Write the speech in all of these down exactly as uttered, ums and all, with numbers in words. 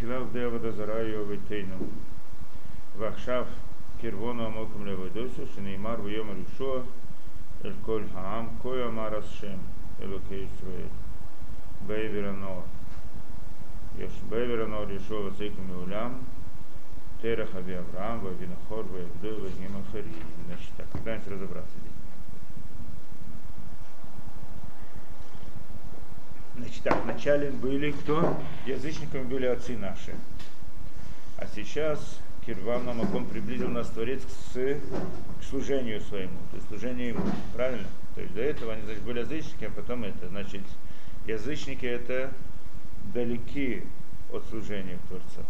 בגלל די עבודה זרה יאהבתנו. ועכשיו קרבנו עמוקם לעבודתו, שנאמר ביום הראשון אל כל העם, כה אמר השם אלוקי ישראל, בעבר הנאור. בעבר הנאור ישוע וצאקם מעולם, Терах Ави Авраам, Вави Нахор, Ваевдой, Вагим Ахари. Значит, так, пытаемся разобраться здесь. Значит, так, вначале были кто? Язычниками были отцы наши. А сейчас Кирвам Намаком приблизил нас Творец к, к служению своему, то есть служению ему. Правильно? То есть до этого они, значит, были язычники, а потом это. Значит, язычники это далеки от служения Творца.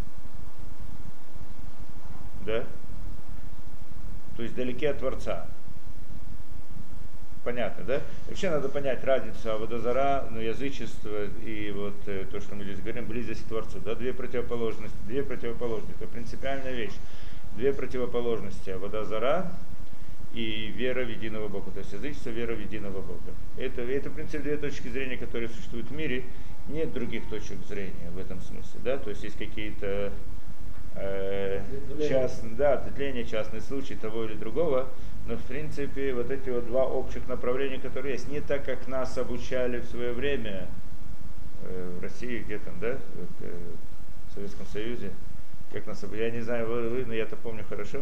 Да? То есть далеки от Творца. Понятно, да? Вообще надо понять разницу авода зара, ну, язычество и вот э, то, что мы здесь говорим, близость к Творцу. Да? Две противоположности, две противоположности. Это принципиальная вещь. Две противоположности авода зара и вера в единого Бога. То есть язычество, вера в единого Бога. Это, это в принципе, две точки зрения, которые существуют в мире. Нет других точек зрения в этом смысле. Да? То есть есть какие-то частные, да, ответвление, частный случай того или другого, но в принципе вот эти вот два общих направления, которые есть, не так, как нас обучали в свое время э, в России, где там, да, в, э, в Советском Союзе, как нас обучали, я не знаю, вы, вы но я-то помню хорошо.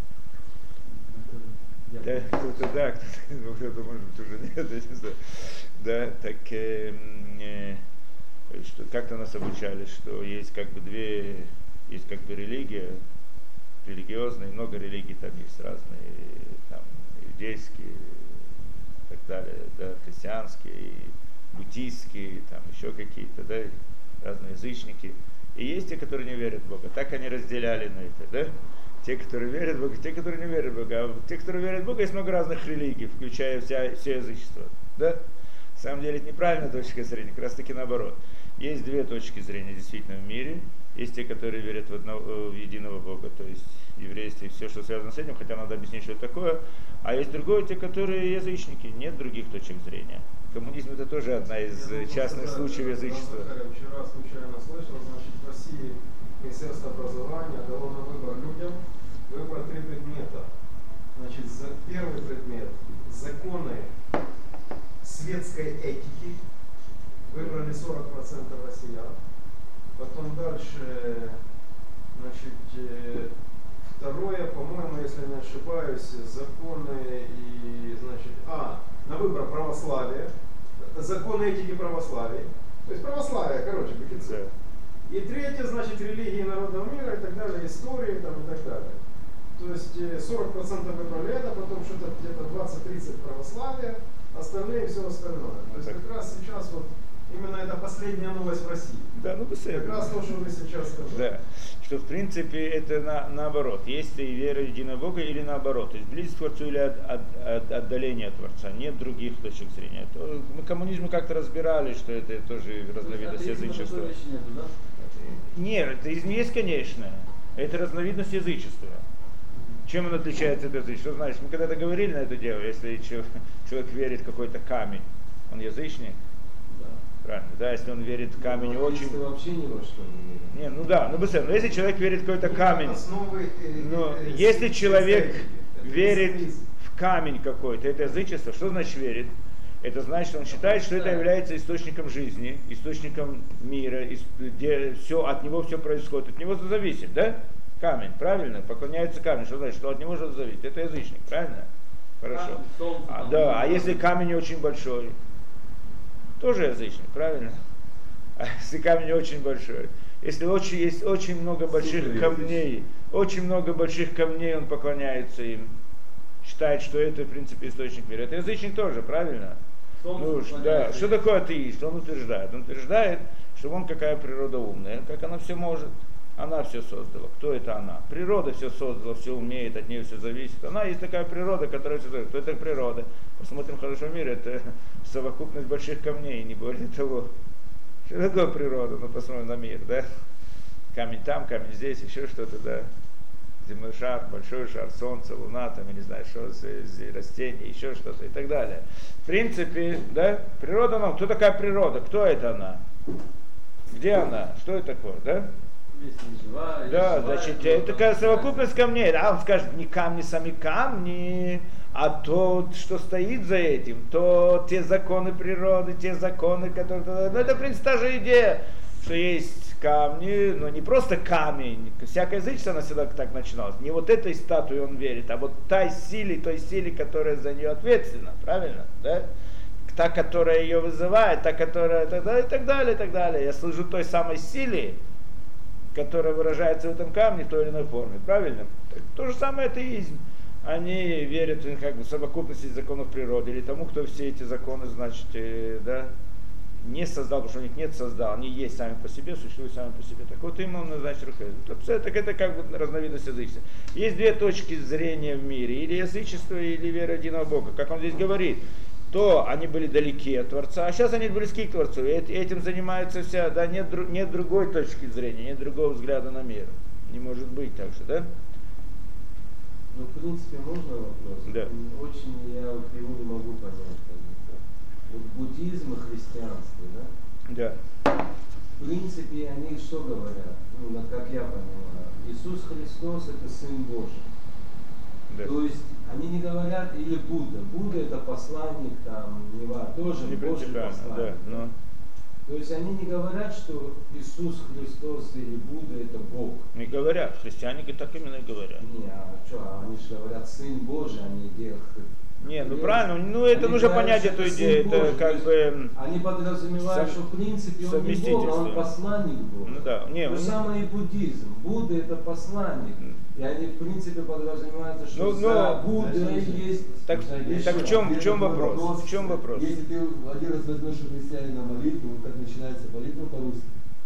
Да, кто-то да, кто-то, кто-то может быть уже нет, я не знаю. Да, так э, э, что, как-то нас обучали, что есть как бы две. Есть как бы религия, религиозная, много религий там есть разные, там иудейские и так далее, да, христианские, и буддийские, там еще какие-то, да, разные язычники. И есть те, которые не верят в Бога. Так они разделяли на это, да? Те, которые верят в Бога, те, которые не верят в Бога. А те, которые верят в Бога, есть много разных религий, включая вся, все язычество, да? На самом деле это неправильная точка зрения, как раз таки наоборот. Есть две точки зрения действительно в мире. Есть те, которые верят в, одного, в единого Бога, то есть еврейство и все, что связано с этим, хотя надо объяснить, что это такое. А есть другое, те, которые язычники, нет других точек зрения. Коммунизм это тоже одна из Я частных сказать, случаев язычества. Вчера случайно слышал, значит, в России Министерство образования дало на выбор людям выбор три предмета. Значит, за первый предмет законы светской этики выбрали сорок процентов россиян. Потом дальше, значит, второе, по-моему, если не ошибаюсь, законы и, значит, а, на выбор православие, законы этики православия, то есть православие, короче, бекинцы. И третье, значит, религии народного мира и так далее, истории там и так далее. То есть сорок процентов выбрали это, потом что-то где-то двадцать-тридцать православия, остальные все остальное. То есть как раз сейчас вот именно это последняя новость в России. Да, ну быстрее. Как раз то, что вы сейчас сказали. Да. Что в принципе это на, наоборот. Есть и вера в единого Бога или наоборот. То есть близость к Творцу или от, от, от, отдаление от Творца. Нет других точек зрения. То, мы коммунизм как-то разбирали, что это тоже разновидность язычества. Нету, да? Нет, это есть, конечно. Это разновидность язычества. Чем он отличается от язычества? Что значит? Мы когда-то говорили на это дело, если человек верит в какой-то камень, он язычник. Правильно, да, если он верит в камень ну, очень... Если вообще ни во что не верит. Не, ну да, ну быстро, но если человек верит в какой-то камень, основы, но э, э, если э, человек э, верит э, в камень какой-то, это язычество, что значит верит? Это значит, что он считает, что это является источником жизни, источником мира, где все, от него все происходит, от него зависит, да? Камень, правильно? Поклоняется камню, что значит, что от него что зависит? Это язычник, правильно? Хорошо. А, да, а если камень очень большой? Тоже язычник, правильно? А если камень очень большой, если очень, есть очень много больших Супер камней, язычник. очень много больших камней, он поклоняется им, считает, что это, в принципе, источник мира. Это язычник тоже, правильно? Ну, да. Что такое атеист? Что он утверждает? Он утверждает, что вон какая природа умная, как она все может. Она все создала. Кто это она? Природа все создала, все умеет, от нее все зависит. Она есть такая природа, которая все создает. Кто это природа? Посмотрим хорошо мир, это совокупность больших камней, не более того. Что такое природа? Ну посмотрим на мир, да? Камень там, камень здесь, еще что-то, да? Земной шар, большой шар, солнце, луна, там, я не знаю, что, растения, еще что-то и так далее. В принципе, да, природа нам, кто такая природа? Кто это она? Где она? Что это такое, да? Если живая, Да, живая, значит, то это там такая не совокупность камней. Да, он скажет, не камни сами камни, а то, что стоит за этим, то те законы природы, те законы, которые... Ну, это, в принципе, та же идея, что есть камни, но не просто камень. Всякое язычество, она всегда так начиналось. Не вот этой статуи он верит, а вот той силе, той силе, которая за нее ответственна, правильно? Да? Та, которая ее вызывает, та, которая... И так далее, и так далее, и так далее. Я служу той самой силе, которая выражается в этом камне в той или иной форме. Правильно? То же самое атеизм. Они верят в как бы, совокупности законов природы, или тому, кто все эти законы, значит, э, да, не создал, потому что у них нет создал, они есть сами по себе, существуют сами по себе. Так вот им он, значит, руководит. Так это как бы разновидность язычества. Есть две точки зрения в мире, или язычество, или вера единого Бога. Как он здесь говорит, то они были далеки от Творца, а сейчас они близки к Творцу. И этим занимается вся, да, нет, нет другой точки зрения, нет другого взгляда на мир. Не может быть так же, да? Ну, в принципе, можно вопрос? Да. Очень я вот его не могу понять. Вот буддизм и христианство, да? Да. В принципе, они что говорят? Ну, как я понимаю, Иисус Христос это Сын Божий. Да. То есть они не говорят, или Будда. Будда это посланник, там, не важно, тоже Не Божий принципиально, посланник. да, но... То есть они не говорят, что Иисус Христос или Будда это Бог. Не говорят, христиане так именно и говорят. Не, а что, они же говорят Сын Божий, они делают. Не, ну правильно, ну это Они нужно говорят, понять что эту Сын идею, это Божий, как то бы... Они подразумевают, Сов- что в принципе он не Бог, а он посланник Бога. Ну да, не, То же он- самое и буддизм. Будда это посланник. И они в принципе подразумевают, что Ну, за ну, Буддой есть... Так, есть так в что? чем, в чем Такой вопрос? В чем вопрос? Если ты один раз возьмешь у христианина молитву, как начинается молитва по-русски,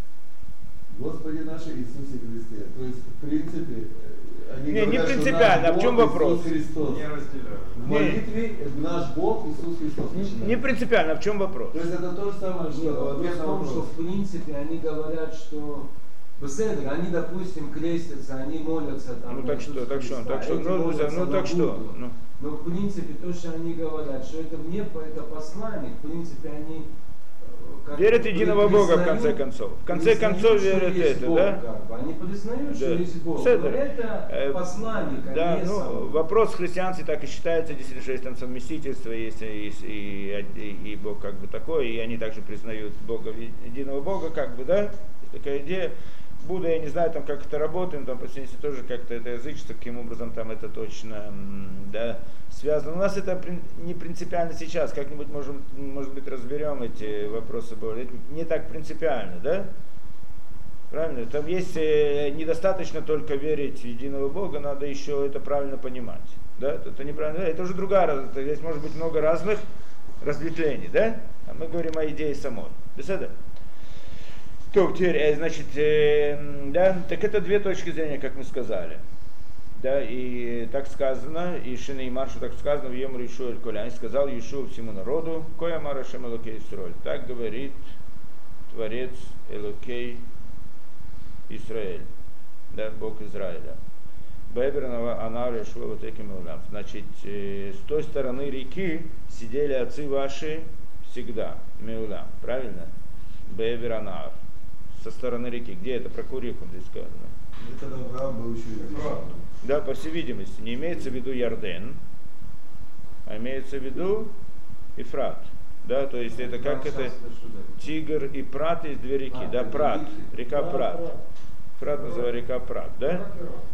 Господи наш Иисусе Христе. То есть, в принципе, они Не, не говорят, что принципиально, наш а в чем Бог вопрос? Иисус Христос. Не разделяю. В молитве наш Бог Иисус Христос. начинается. Не принципиально, а в чем вопрос? То есть это то же самое, Нет, что вопрос ответ в на том, что вопрос. в принципе они говорят, что Беседер, они, допустим, крестятся, они молятся там. Ну на так что, Иисуса так что, Христа, так что, эти ну, молятся ну на так что, Будду. ну. Но в принципе то, что они говорят, что это мне, это посланник, в принципе они э, как Верят бы в единого Бога в признают- конце концов. В конце признают, концов что верят есть это, Бог, да? как бы. Они признают, что Да. есть Бог, Седер. но это Э, посланник, а Да, не ну, сам. вопрос в христианстве так и считается, действительно, что есть там совместительство, есть, есть и, и, и Бог как бы такой, и они также признают Бога, единого Бога, как бы, да, есть такая идея. Будда, я не знаю, там как это работает, но там по сути тоже как-то это язычество, каким образом там это точно, м, да, связано. У нас это прин- не принципиально сейчас, как-нибудь можем, может быть, разберем эти вопросы более. Это не так принципиально, да? Правильно? Там есть э, недостаточно только верить в единого Бога, надо еще это правильно понимать. Да? Это неправильно. Это уже другая раз. Здесь может быть много разных разветвлений, да? А мы говорим о идее самой. Без этого? То, теперь, э, значит, э, да, так это две точки зрения, как мы сказали. Да, и так сказано, и Шина и Маршу так сказано, в Ему Ишу Эль Колян, сказал Ишу всему народу, Коя Мара Шем Элокей Исраэль. Так говорит Творец Элокей Исраэль, да, Бог Израиля. Бэбернова Анар Ишу вот таким улам. Значит, э, с той стороны реки сидели отцы ваши всегда, Меулам, правильно? Бэбер Анар. Со стороны реки. Где это? Про какую реку здесь сказано? Это Авраам был еще и Да, по всей видимости, не имеется в виду Ярден, а имеется в виду Ефрат. Да, то есть это как это Тигр и Прат есть две реки, А, да, это Прат, реки. река Прат. Фрат называется река Прат, да?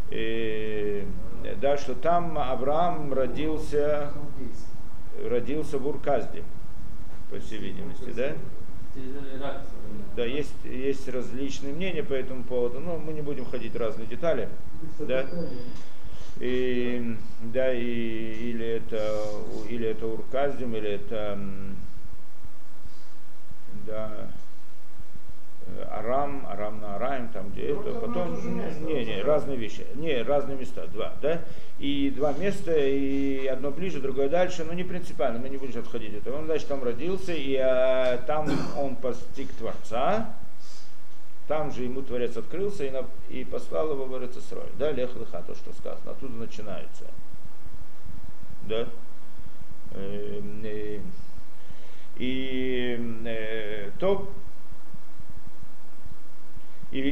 И, да, что там Авраам родился, родился в Ур-Казде, по всей видимости, да? Да, есть, есть различные мнения по этому поводу, но мы не будем ходить в разные детали. Да? И, да, и, или это, или это Ур-Каздим, или это да, Арам, Арам на Араим, там где Ну, это, это потом, одно и то же место, не, не, да. разные вещи, не, разные места, два, да, и два места, и одно ближе, другое дальше, но не принципиально, мы не будем сейчас входить в это. Он, значит, там родился, и а, там он постиг Творца, там же ему Творец открылся и, на, и послал его в Эрец-Исраэль, да, Лех Леха, то, что сказано, оттуда начинается, да, и, и, и то,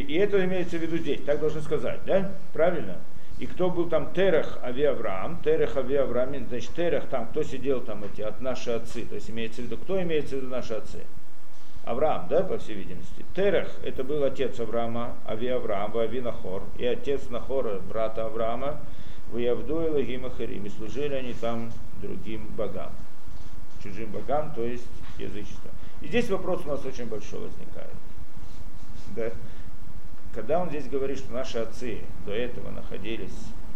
и это имеется в виду здесь, так должны сказать, да? Правильно? И кто был там Терах, Ави Авраам, Терах, Ави Авраам, значит, Терах там, кто сидел там эти, от наши отцы, то есть имеется в виду, кто имеется в виду наши отцы? Авраам, да, по всей видимости. Терах, это был отец Авраама, Ави Авраам, Ави Нахор, и отец Нахора, брата Авраама, в Явду и Лагим Ахарим, и служили они там другим богам, чужим богам, то есть язычеством. И здесь вопрос у нас очень большой возникает. Да? Когда он здесь говорит, что наши отцы до этого находились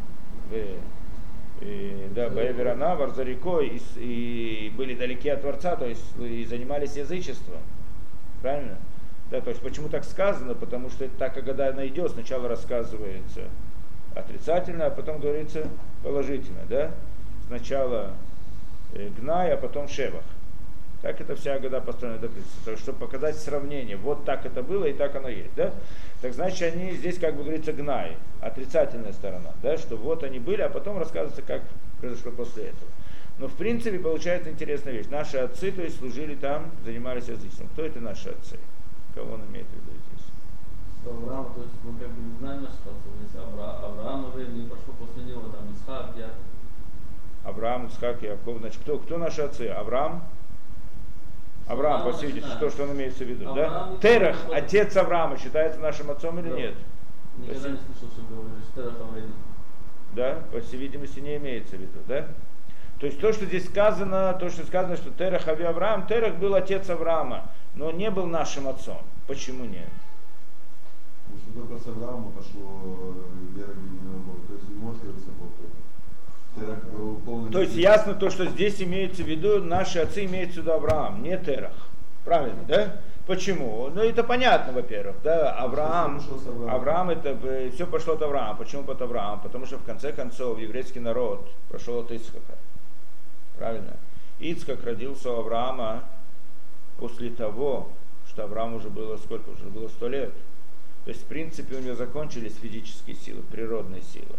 в и, да, Баэверана, Варзарико, и, и были далеки от Творца, то есть и занимались язычеством. Правильно? Да, то есть почему так сказано? Потому что это так, когда она идет, сначала рассказывается отрицательно, а потом говорится положительно. Да? Сначала э, Гнай, а потом Шевах. Так это вся Агада построена, то есть, чтобы показать сравнение. Вот так это было и так оно есть. Да? Так значит, они здесь, как бы говорится, Гнай, отрицательная сторона. Да? Что вот они были, а потом рассказывается, как произошло после этого. Но в принципе получается интересная вещь. Наши отцы, то есть служили там, занимались язычеством. Кто это наши отцы? Кого он имеет в виду здесь? Авраам, то есть мы как бы не знаем нашу ситуацию. Авра, Авраама времени прошло после него, там Исхак, Яков. Авраам, Исхак, Яков. Значит, кто, кто наши отцы? Авраам? Авраам, по всей видимости, то, что он имеется в виду. Авраам, Да? Терах, отец Авраама, считается нашим отцом или да. нет? Никогда не слышал, что говорили, что Терах Авраам. Да, по всей видимости, не имеется в виду, да? То есть то, что здесь сказано, то, что сказано, что Терах Ави Авраам, Терах был отец Авраама, но не был нашим отцом. Почему нет? Потому что только с Авраама пошло вера в единого Бога. То есть не может вериться в Бога. Терах был полный... То есть ясно то, что здесь имеется в виду, наши отцы имеются в виду Авраам, не Терах. Правильно, да? Почему? Ну это понятно, во-первых, да, Авраам, Авраам это все пошло от Авраама. Почему от Авраама? Потому что в конце концов еврейский народ прошел от Ицхака. Правильно? Ицхак родился у Авраама после того, что Аврааму уже было сколько? Уже было сто лет. То есть в принципе у него закончились физические силы, природные силы.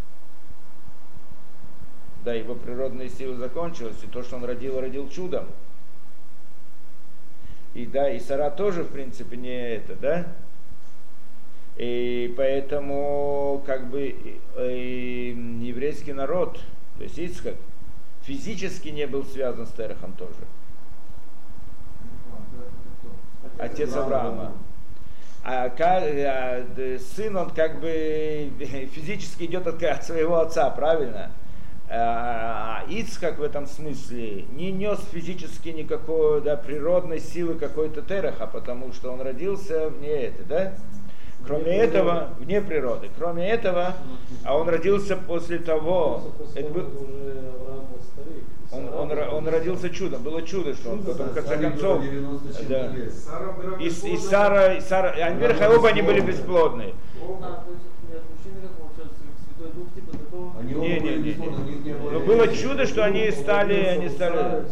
Да, его природные силы закончились, и то, что он родил, родил чудом. И да, и Сара тоже, в принципе, не это, да? И поэтому, как бы, и, и еврейский народ, то есть Ицхак, физически не был связан с Терахом тоже. Отец Авраама. А, а сын, он как бы физически идет от, от своего отца, правильно? А Ицхак в этом смысле не нес физически никакой, да, природной силы какой-то Тераха, потому что он родился вне этой, да? Кроме вне этого, природы. вне природы. Кроме этого, а он родился после того, после это был, он, он, он, он родился чудом, было чудо, что он потом в конце концов, да. И, и Сара, и Сара, они, оба они были бесплодны. Не, не, не, не. Но было чудо, что они стали, они стали,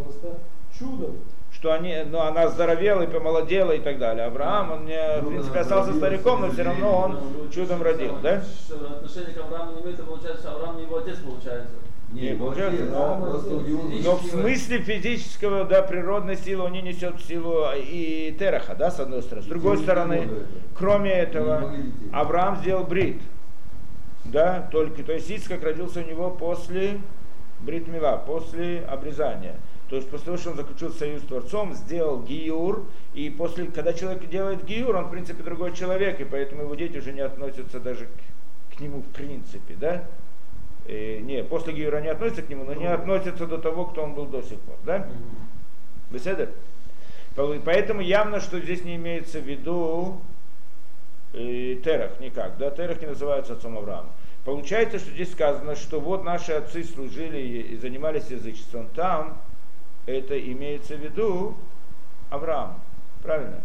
что они, ну, она здоровела и помолодела и так далее. Авраам, он, не, в принципе, остался стариком, но все равно он чудом родил, да? Отношение к Аврааму не имеется, получается, что Авраам не его отец получается. Не, получается, но, но в смысле физического, да, природной силы он не несет силу и Тераха, да, с одной стороны. С другой стороны, кроме этого, Авраам сделал брит. Да, только, то есть Ицхак родился у него после брит мила, после обрезания. То есть после того, что он заключил союз с Творцом, сделал гиюр, и после, когда человек делает гиюр, он в принципе другой человек, и поэтому его дети уже не относятся даже к, к нему в принципе, да? И, не, после гиюра не относятся к нему, но не относятся до того, кто он был до сих пор, да? Беседа? Поэтому явно, что здесь не имеется в виду и Терах никак, да, Терах не называется отцом Авраама. Получается, что здесь сказано, что вот наши отцы служили и занимались язычеством. Там это имеется в виду Авраам, правильно?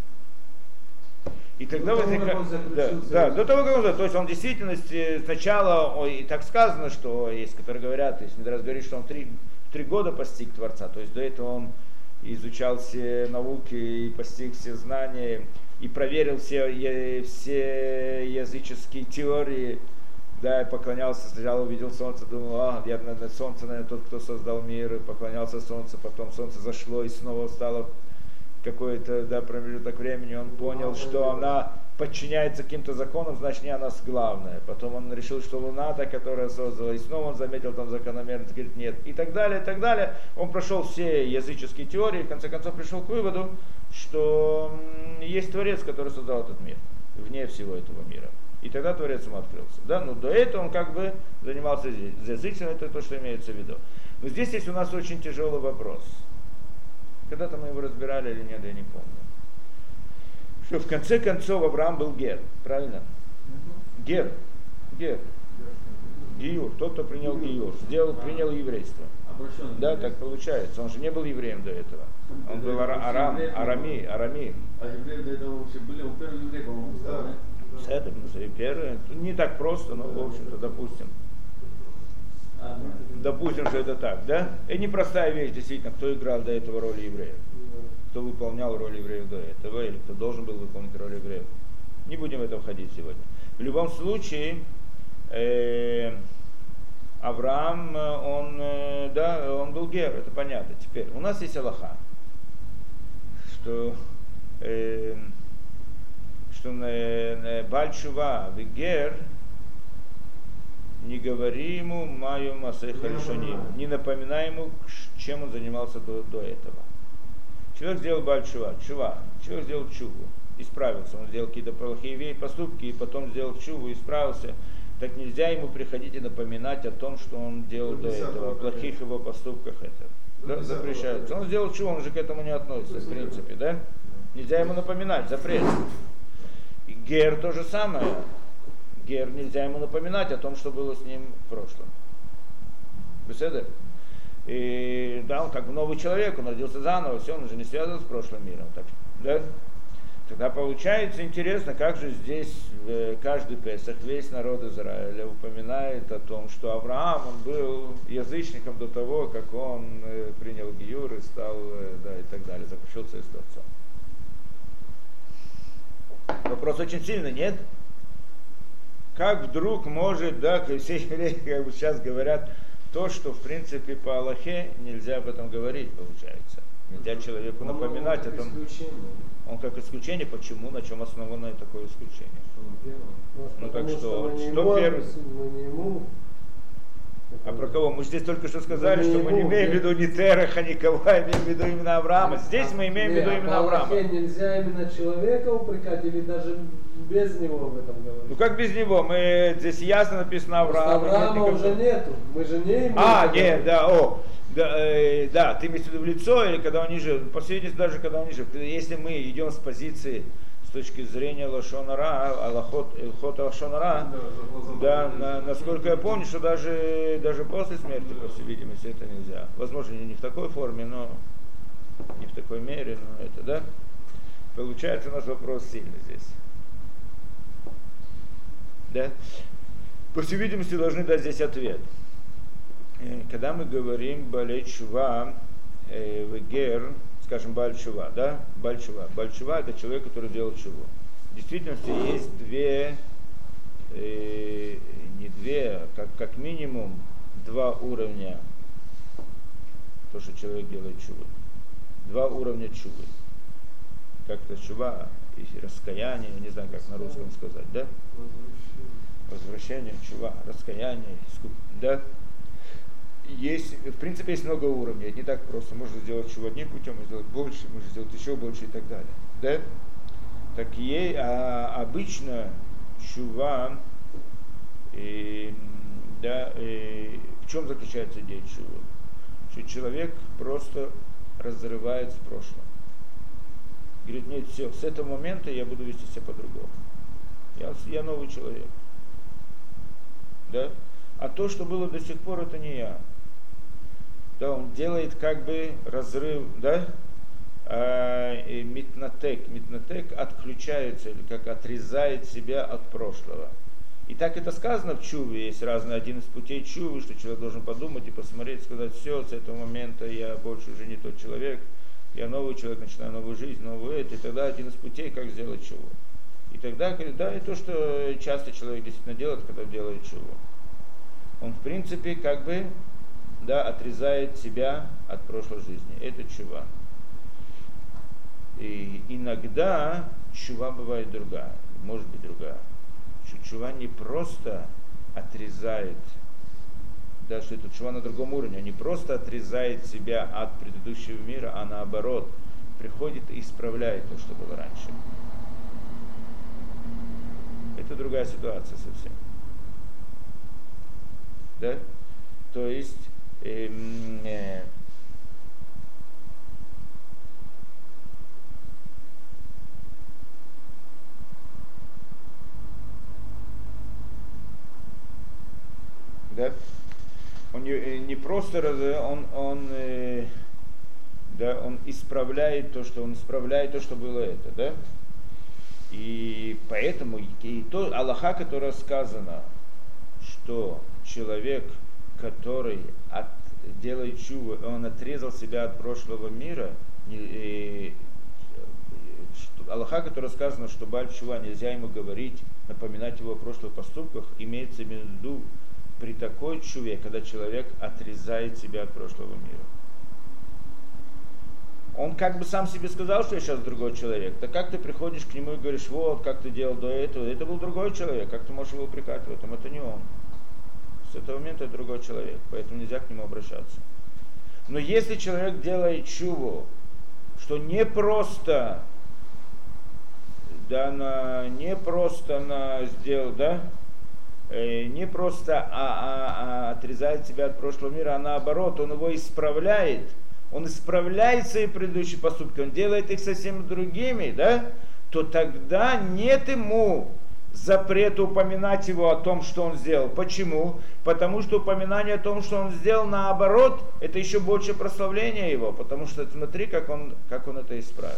И тогда возникает, да, да, до того, как он, то есть он в действительности сначала, ой, и так сказано, что есть, которые говорят, то есть не раз говорит, что он три, три года постиг Творца, то есть до этого он изучал все науки и постиг все знания, и проверил все, все языческие теории, да, и поклонялся, сначала увидел солнце, думал, а, я, наверное, солнце, наверное, тот, кто создал мир, и поклонялся солнцу, потом солнце зашло и снова стало какой-то, да, промежуток времени, он понял, что она подчиняется каким-то законам, значит, не она главная. Потом он решил, что Луна та, которая создала, и снова он заметил там закономерность, говорит, нет, и так далее, и так далее. Он прошел все языческие теории, в конце концов пришел к выводу, что есть Творец, который создал этот мир, вне всего этого мира. И тогда Творец ему открылся. Да? Но до этого он как бы занимался язычеством, это то, что имеется в виду. Но здесь есть у нас очень тяжелый вопрос. Когда-то мы его разбирали или нет, я не помню. Что в конце концов Авраам был гер, правильно? Гер, гер, гиюр, тот, кто принял гиюр, сделал, принял еврейство. Да, так получается. Он же не был евреем до этого. Он был ара- арам, арами, арами. А евреи до этого вообще были, он первый еврей, по-моему, стал, да? С этим, первый, не так просто, но в общем-то, допустим. А, да. Допустим, что это так, да? Это непростая вещь, действительно, кто играл до этого роль евреев. Кто выполнял роль евреев до этого, или кто должен был выполнить роль евреев. Не будем в это входить сегодня. В любом случае, э, Авраам, он, э, да, он был гер, это понятно. Теперь, у нас есть алаха, что, э, что э, Баль Тшува вегер, не говори ему маю масей харишоним, не напоминай ему, чем он занимался до, до этого. Человек сделал Баль Тшува, Тшува, человек сделал чуву, исправился, он сделал какие-то плохие поступки, и потом сделал чуву, исправился. Так нельзя ему приходить и напоминать о том, что он делал до этого, о плохих его поступках это. Да, запрещается. Он сделал чуву, он же к этому не относится, в принципе, да? Нельзя ему напоминать, запрет. И гер то же самое. Гер нельзя ему напоминать о том, что было с ним в прошлом. Беседа? И да, он как бы новый человек, он родился заново, все, он уже не связан с прошлым миром. Так, да? Тогда получается интересно, как же здесь в каждый Песах весь народ Израиля упоминает о том, что Авраам, он был язычником до того, как он принял гиюр и стал, да, и так далее, заключился с Творцом. Вопрос очень сильный, нет? Как вдруг может, да, все евреи, как бы сейчас говорят, то, что в принципе по Аллахе нельзя об этом говорить, получается. Нельзя человеку напоминать о том. Он как исключение, почему, на чем основано такое исключение? Ну так что, что первый? А про кого? Мы здесь только что сказали, что мы не имеем в виду ни Тераха, никого, а имеем в виду именно Авраама. Здесь мы имеем в виду именно Авраама. Нельзя именно человека упрекать или даже без него об этом говорить? Ну как без него? Мы, здесь ясно написано Авраама. Авраама нет уже нету. Мы же не имеем. А, нет, да, о. Да, э, да, ты имеешь в виду в лицо или когда он не жив? По свидетельству, даже когда он не жив. Если мы идем с позиции, с точки зрения Лашонара, Аллахот, Элхот Лашонара, да, на, насколько я помню, что даже, даже после смерти, по всей видимости, это нельзя. Возможно, не в такой форме, но не в такой мере, но это, да? Получается, у нас вопрос сильный здесь. Да? По всей видимости, должны дать здесь ответ. Когда мы говорим Балей Тшува, э, Вегер, скажем Баль Тшува, да? Баль Тшува. Баль Тшува это человек, который делал чуву. В действительности есть две, э, не две, а как, как минимум два уровня, то, что человек делает чуву. Два уровня чувы. Как-то чува и раскаяние, не знаю, как на русском сказать, да? Возвращение, чува, раскаяние, да? Есть, в принципе, есть много уровней. Это не так просто. Можно сделать чего одним путем, можно сделать больше, можно сделать еще больше и так далее. Да? Так ей, а обычно чува, и, да, и, в чем заключается идея чува? Что человек просто разрывает с прошлым. Говорит, нет, все, с этого момента я буду вести себя по-другому. Я, я новый человек. Да? А то, что было до сих пор, это не я. Да, он делает как бы разрыв, да, а, и митнатек, митнатек отключается, или как отрезает себя от прошлого. И так это сказано в чуве, есть разный один из путей чувы, что человек должен подумать и посмотреть, сказать, все, с этого момента я больше уже не тот человек, я новый человек, начинаю новую жизнь, новую это, и тогда один из путей, как сделать чуву. И тогда, да, и то, что часто человек действительно делает, когда делает чуву. Он, в принципе, как бы, да, отрезает себя от прошлой жизни. Это чува. И иногда чува бывает другая. может быть другая. Чува не просто отрезает, да, что это чува на другом уровне, он не просто отрезает себя от предыдущего мира, а наоборот, приходит и исправляет то, что было раньше. Это другая ситуация совсем. Да? То есть эм, э, да? Он не, не просто он, он, э, да, он исправляет то, что он исправляет то, что было это, да? И поэтому и то Аллаха, которое сказано, что человек, который от, делает чуву, он отрезал себя от прошлого мира, и, что, Аллаха, которое сказано, что Баль чува нельзя ему говорить, напоминать его о прошлых поступках, имеется в виду при такой чуве, когда человек отрезает себя от прошлого мира. Он как бы сам себе сказал, что я сейчас другой человек. Так как ты приходишь к нему и говоришь, вот, как ты делал до этого, это был другой человек, как ты можешь его упрекать в этом, это не он. С этого момента это другой человек, поэтому нельзя к нему обращаться. Но если человек делает чуву, что не просто, да, на, не просто на, сделал, да, э, не просто а, а, а, отрезает себя от прошлого мира, а наоборот, он его исправляет, он исправляет свои предыдущие поступки, он делает их совсем другими, да, то тогда нет ему запрета упоминать его о том, что он сделал. Почему? Потому что упоминание о том, что он сделал, наоборот, это еще больше прославление его, потому что смотри, как он, как он это исправил.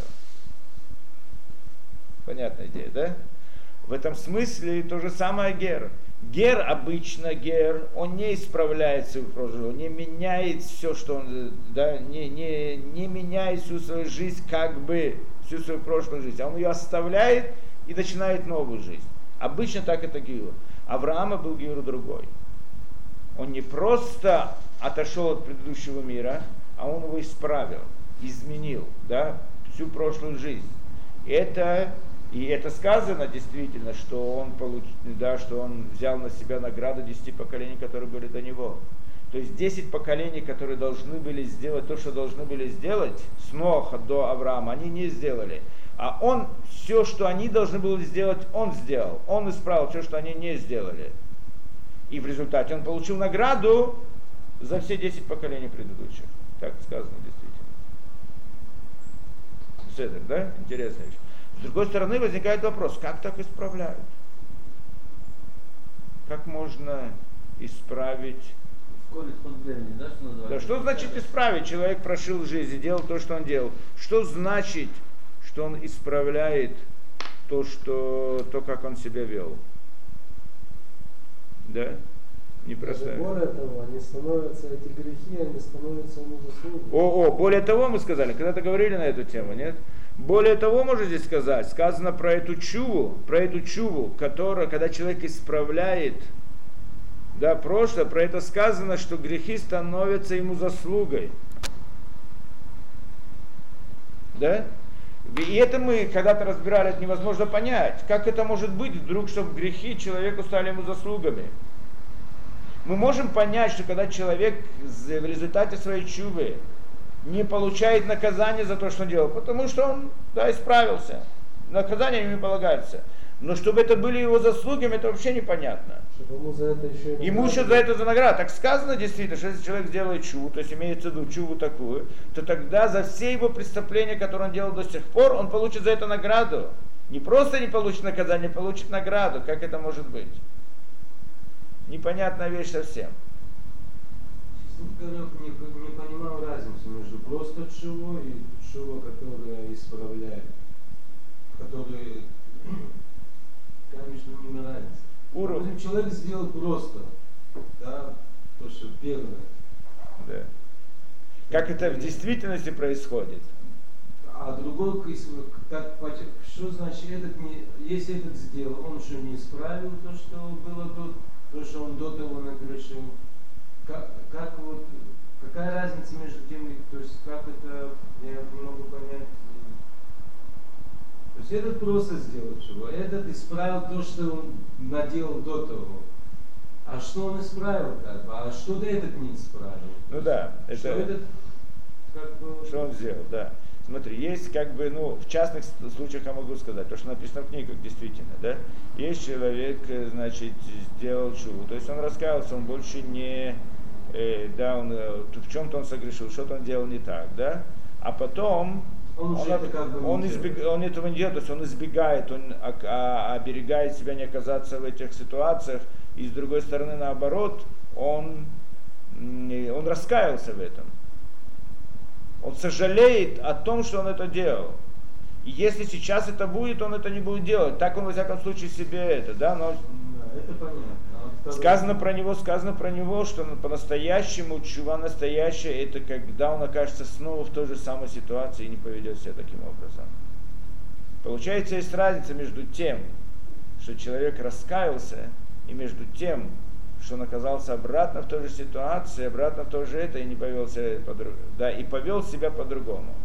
Понятная идея, да? В этом смысле то же самое гер. Гер обычно, гер, он не исправляет свою прошлую, он не меняет все, что он, да, не, не, не меняет всю свою жизнь, как бы всю свою прошлую жизнь, а он ее оставляет и начинает новую жизнь. Обычно так это гиур. Авраама был гиур другой. Он не просто отошел от предыдущего мира, а он его исправил, изменил, да, всю прошлую жизнь. И это И это сказано действительно, что он, получ... да, что он взял на себя награду десяти поколений, которые были до него. То есть десять поколений, которые должны были сделать то, что должны были сделать с Ноха до Авраама, они не сделали. А он, все, что они должны были сделать, он сделал. Он исправил все, что они не сделали. И в результате он получил награду за все десять поколений предыдущих. Так сказано действительно. Седер, да? Интересная вещь. С другой стороны возникает вопрос, как так исправляют? Как можно исправить? Да, что, да, что значит исправить? Человек прожил жизнь и делал то, что он делал. Что значит, что он исправляет то, что, то как он себя вел? Да? Непростая. Более того, они становятся, эти грехи, они становятся ему заслугой. О, о, более того мы сказали, когда-то говорили на эту тему, нет? Более того, можно здесь сказать, сказано про эту чуву, про эту чуву, которая, когда человек исправляет, да, прошлое, про это сказано, что грехи становятся ему заслугой. Да? И это мы когда-то разбирали, это невозможно понять. Как это может быть вдруг, чтобы грехи человеку стали ему заслугами? Мы можем понять, что когда человек в результате своей чувы не получает наказание за то, что он делал, потому что он, да, исправился. Наказание ему не полагается. Но чтобы это были его заслугами, это вообще непонятно. Чтобы ему за это еще и ему еще за это за награду. Так сказано действительно, что если человек сделает чуву, то есть имеется в виду чуву такую, то тогда за все его преступления, которые он делал до сих пор, он получит за это награду. Не просто не получит наказание, получит награду. Как это может быть? Непонятная вещь совсем. Я не, не понимал разницу между просто чува и чува, которая исправляет, который, конечно, не нравится. Допустим, человек сделал просто, да, то, что первое. Да. Как это в действительности происходит? А другой, как, что значит, этот не, если этот сделал, он что, не исправил то, что было до, то, что он до того нагрешил? Как, как вот, какая разница между тем, то есть как это, я не могу понять. То есть этот просто сделал чего, этот исправил то, что он наделал до того. А что он исправил, как бы, а что-то этот не исправил. Ну да, это... Что этот, как бы... Что он сделал, да. Смотри, есть как бы, ну, в частных случаях я могу сказать, то, что написано в книгах, действительно, да. Есть человек, значит, сделал чуву, то есть он раскаялся, он больше не, э, да, он, в чем-то он согрешил, что-то он делал не так, да. А потом Он, он, это как бы он, избег, он этого не делает, то есть он избегает, он а, а, оберегает себя не оказаться в этих ситуациях, и с другой стороны, наоборот, он, он раскаялся в этом. Он сожалеет о том, что он это делал. И если сейчас это будет, он это не будет делать. Так он, во всяком случае, себе это, да, но... Да, это понятно. А сказано про него, сказано про него, что по-настоящему, чува настоящая, это когда он окажется снова в той же самой ситуации и не поведет себя таким образом. Получается, есть разница между тем, что человек раскаялся, и между тем, что он оказался обратно в той же ситуации, обратно в то же это, и не повел себя по-другому. Да, и повел себя по-другому.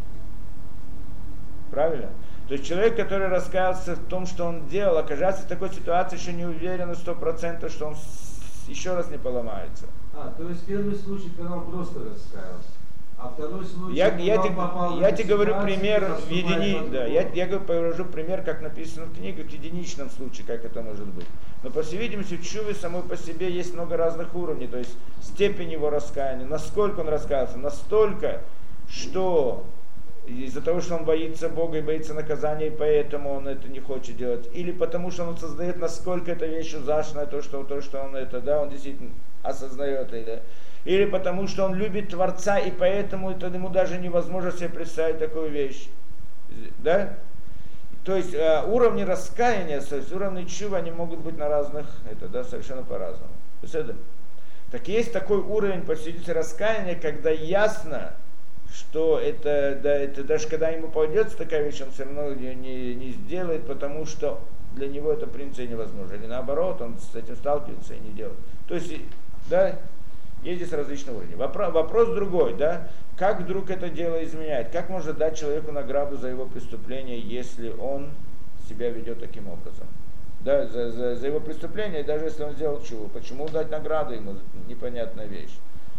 Правильно? То есть человек, который раскаялся в том, что он делал, окажется в такой ситуации, еще не уверен на сто процентов, что он еще раз не поломается. А, то есть первый случай, когда он просто раскаялся. А второй случай, я, я, те, я тебе говорю ситуацию, пример в едини, да, я, я привожу пример, как написано в книгах, в единичном случае, как это может быть. Но по всей видимости, в чуве самой по себе есть много разных уровней, то есть степень его раскаяния, насколько он раскаялся, настолько, что из-за того, что он боится Бога и боится наказания, и поэтому он это не хочет делать, или потому что он создает, насколько эта вещь ужасная, то, что, то, что он это, да, он действительно осознает это. Или потому что он любит Творца, и поэтому это ему даже невозможно себе представить такую вещь. Да? То есть э, уровни раскаяния, то есть уровни чува, они могут быть на разных, это, да, совершенно по-разному. То есть это, так есть такой уровень посвятителя раскаяния, когда ясно, что это, да, это даже когда ему пойдется такая вещь, он все равно ее не, не сделает, потому что для него это в принципе невозможно. Или наоборот, он с этим сталкивается и не делает. То есть, да, есть здесь различные уровни. Вопрос, вопрос другой, да, как вдруг это дело изменяет? Как можно дать человеку награду за его преступление, если он себя ведет таким образом? Да, за, за, за его преступление, даже если он сделал чего. Почему дать награду ему? Непонятная вещь.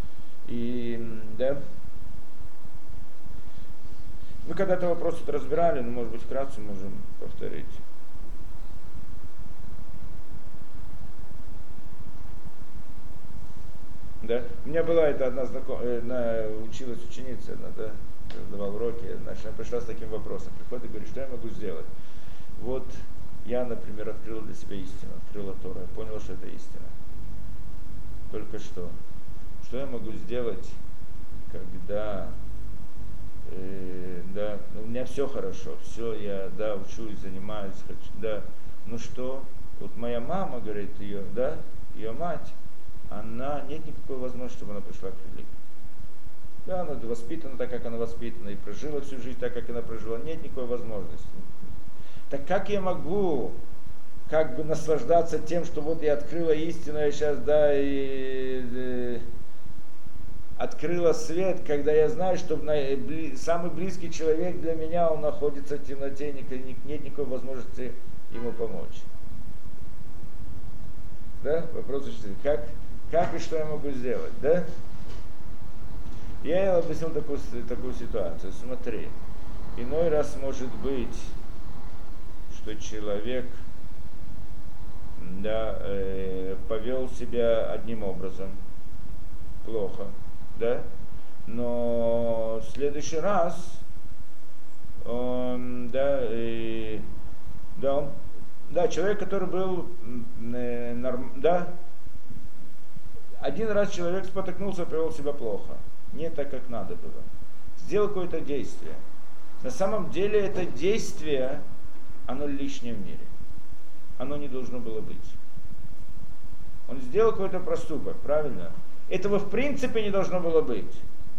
И, да. Мы когда-то вопрос это разбирали, но, может быть, вкратце можем повторить. Да? У меня была эта одна знакомая, одна училась ученица, она, да, давала уроки, значит, она пришла с таким вопросом, приходит и говорит, что я могу сделать? Вот я, например, открыл для себя истину, открыла Тору, я понял, что это истина. Только что. Что я могу сделать, когда э, да, у меня все хорошо, все, я, да, учусь, занимаюсь, хочу, да, ну что, вот моя мама, говорит, ее, да, ее мать, она, нет никакой возможности, чтобы она пришла к религии. Да, она воспитана так, как она воспитана, и прожила всю жизнь так, как она прожила, нет никакой возможности. Так как я могу как бы наслаждаться тем, что вот я открыла истину, я сейчас, да, и, и открыла свет, когда я знаю, что на, бли, самый близкий человек для меня, он находится в темноте, нет никакой возможности ему помочь. Да? Вопрос, как, как и что я могу сделать, да? Я объяснил такую, такую ситуацию. Смотри, иной раз может быть, что человек, да, э, повел себя одним образом, плохо, да, но в следующий раз он, да, э, да, он, да, человек, который был, э, норм, да, один раз человек спотыкнулся, повел себя плохо, не так, как надо было, сделал какое-то действие. На самом деле это действие, оно лишнее в мире. Оно не должно было быть. Он сделал какой-то проступок, правильно? Этого в принципе не должно было быть.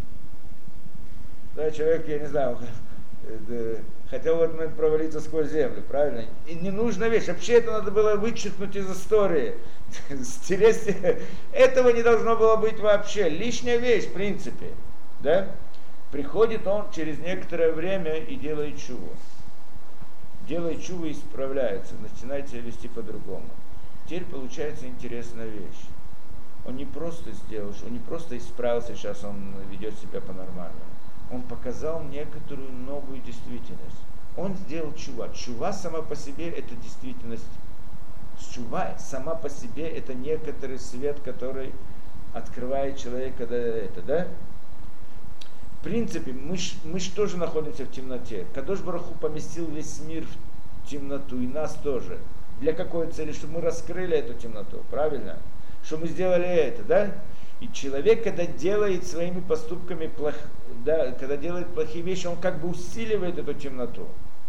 Да, человек, я не знаю, хотел в этот момент провалиться сквозь землю, правильно? И ненужная вещь. Вообще это надо было вычеркнуть из истории. Стереть. Этого не должно было быть вообще. Лишняя вещь, в принципе. Да? Приходит он через некоторое время и делает чуву. делает чуву и исправляется, начинает себя вести по-другому. Теперь получается интересная вещь. Он не просто сделал, он не просто исправился, сейчас он ведет себя по-нормальному. Он показал некоторую новую действительность. Он сделал чува. Чува сама по себе это действительность. Чува сама по себе это некоторый свет, который открывает человека, когда это, да? В принципе, мы ж, мы ж тоже находимся в темноте. Кадош Барух Ху поместил весь мир в темноту, и нас тоже. Для какой цели? Чтобы мы раскрыли эту темноту, правильно? Чтобы мы сделали это, да? И человек, когда делает своими поступками, плох, да, когда делает плохие вещи, он как бы усиливает эту темноту.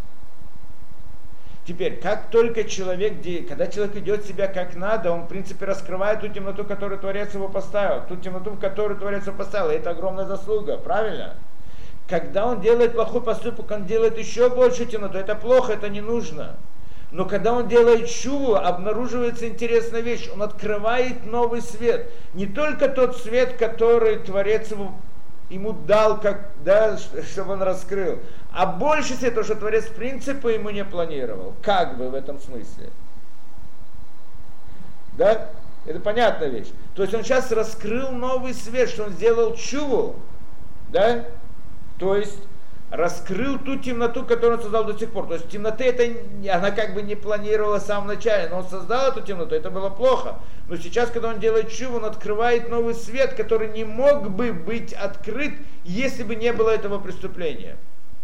Теперь, как только человек, когда человек ведет себя как надо, он в принципе раскрывает ту темноту, которую Творец его поставил, ту темноту, в которую Творец его поставил, и это огромная заслуга, правильно? Когда он делает плохой поступок, он делает еще больше темноту, это плохо, это не нужно. Но когда он делает чуву, обнаруживается интересная вещь, он открывает новый свет. Не только тот свет, который Творец ему, ему дал, как, да, чтобы он раскрыл, а больше света, потому что Творец в принципе ему не планировал. Как бы в этом смысле. Да? Это понятная вещь. То есть он сейчас раскрыл новый свет, что он сделал чуву. Да? То есть раскрыл ту темноту, которую он создал до сих пор. То есть темнота, это, она как бы не планировала в самом начале, но он создал эту темноту, это было плохо. Но сейчас, когда он делает чуву, он открывает новый свет, который не мог бы быть открыт, если бы не было этого преступления.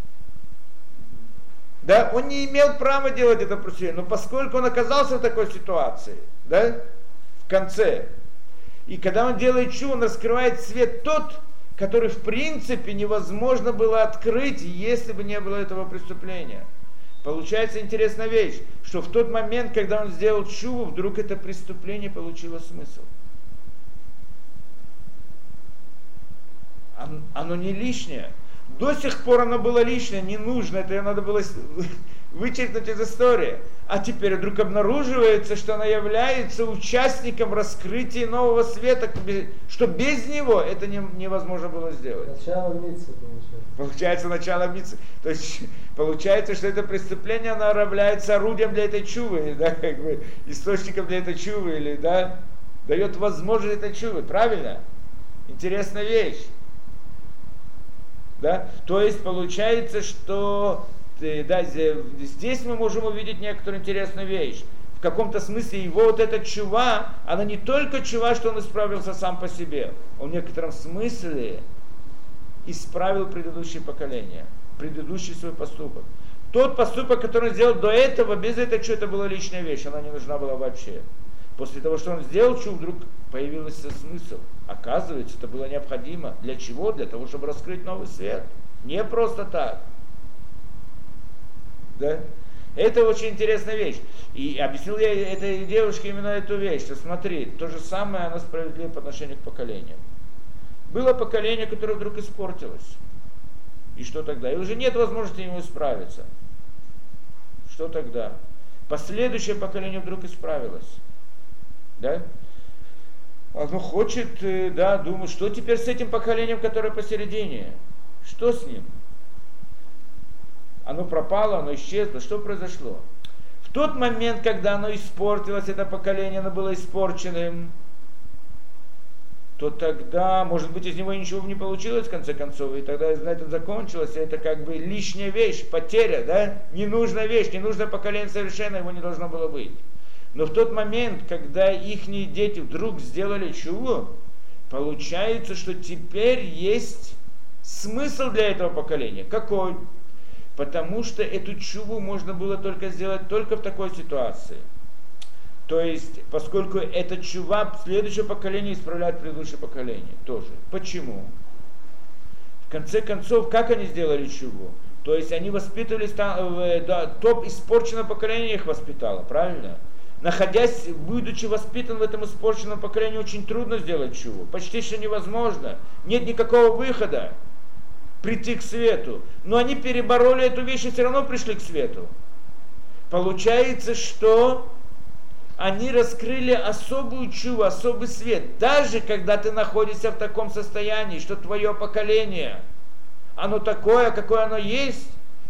Да? Он не имел права делать это преступление, но поскольку он оказался в такой ситуации, да, в конце, и когда он делает чуву, он раскрывает свет тот, который в принципе невозможно было открыть, если бы не было этого преступления. Получается интересная вещь, что в тот момент, когда он сделал чуву, вдруг это преступление получило смысл. Оно не лишнее. До сих пор оно было лишнее, не нужно, это надо было вычеркнуть из истории. А теперь вдруг обнаруживается, что она является участником раскрытия нового света, что без него это не, невозможно было сделать. Начало митцвы получается. Получается начало митцвы. То есть получается, что это преступление, оно является орудием для этой чувы, да, как бы источником для этой чувы, или да, дает возможность этой чувы, правильно? Интересная вещь. Да? То есть получается, что да, здесь мы можем увидеть некоторую интересную вещь. В каком-то смысле его вот эта чува, она не только чува, что он исправился сам по себе, он в некотором смысле исправил предыдущее поколение, предыдущий свой поступок. Тот поступок, который он сделал до этого, без этого чува, это была личная вещь, она не нужна была вообще. После того, что он сделал чуву, вдруг появился смысл. Оказывается, это было необходимо. Для чего? Для того, чтобы раскрыть новый свет. Не просто так. Да? Это очень интересная вещь. И объяснил я этой девушке именно эту вещь, что смотри, то же самое оно справедливо по отношению к поколениям. Было поколение, которое вдруг испортилось. И что тогда? И уже нет возможности ему исправиться. Что тогда? Последующее поколение вдруг исправилось. Да? Оно хочет, да, думать, что теперь с этим поколением, которое посередине? Что с ним? Оно пропало, оно исчезло. Что произошло? В тот момент, когда оно испортилось, это поколение, оно было испорченным, то тогда, может быть, из него ничего не получилось, в конце концов, и тогда, знаете, закончилось, и это как бы лишняя вещь, потеря, да? Ненужная вещь, ненужное поколение совершенно, его не должно было быть. Но в тот момент, когда их дети вдруг сделали чуву, получается, что теперь есть смысл для этого поколения. Какой? Потому что эту чуву можно было только сделать только в такой ситуации. То есть, поскольку эта чува следующее поколение исправляет предыдущее поколение тоже. Почему? В конце концов, как они сделали чуву? То есть они воспитывались, да, то испорченное поколение их воспитало, правильно? Находясь, будучи воспитан в этом испорченном поколении, очень трудно сделать чуву. Почти что невозможно. Нет никакого выхода прийти к свету. Но они перебороли эту вещь и все равно пришли к свету. Получается, что они раскрыли особую чуву, особый свет. Даже когда ты находишься в таком состоянии, что твое поколение, оно такое, какое оно есть,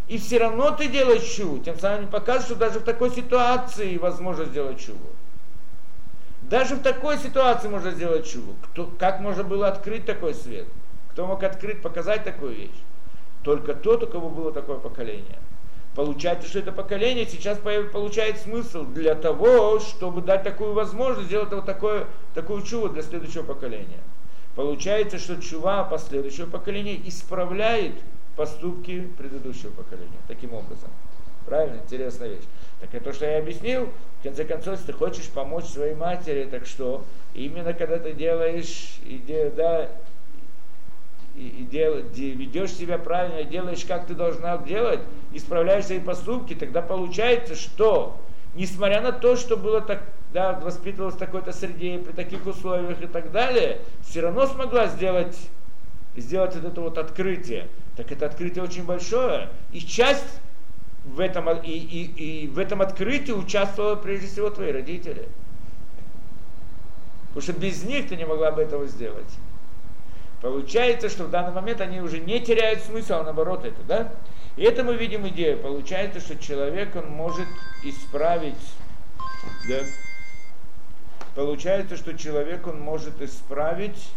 и все равно ты делаешь чуву, тем самым показываешь, что даже в такой ситуации возможно сделать чуву. Даже в такой ситуации можно сделать чуву. Кто, как можно было открыть такой свет? Кто мог открыть, показать такую вещь? Только тот, у кого было такое поколение. Получается, что это поколение сейчас получает смысл для того, чтобы дать такую возможность сделать вот такое, такую чуву для следующего поколения. Получается, что чува последующего поколения исправляет поступки предыдущего поколения. Таким образом. Правильно? Интересная вещь. Так это то, что я объяснил. В конце концов, если ты хочешь помочь своей матери, так что? Именно когда ты делаешь, и, да, и, и дел, ведешь себя правильно, делаешь, как ты должна делать, исправляешь свои поступки, тогда получается, что, несмотря на то, что было так, да, воспитывалась в такой-то среде, при таких условиях и так далее, все равно смогла сделать, сделать вот это вот открытие. Так это открытие очень большое. И часть в этом, и, и, и в этом открытии участвовали прежде всего твои родители. Потому что без них ты не могла бы этого сделать. Получается, что в данный момент они уже не теряют смысл, а наоборот это, да? И это мы видим идею. Получается, что человек, он может исправить, да? Получается, что человек, он может исправить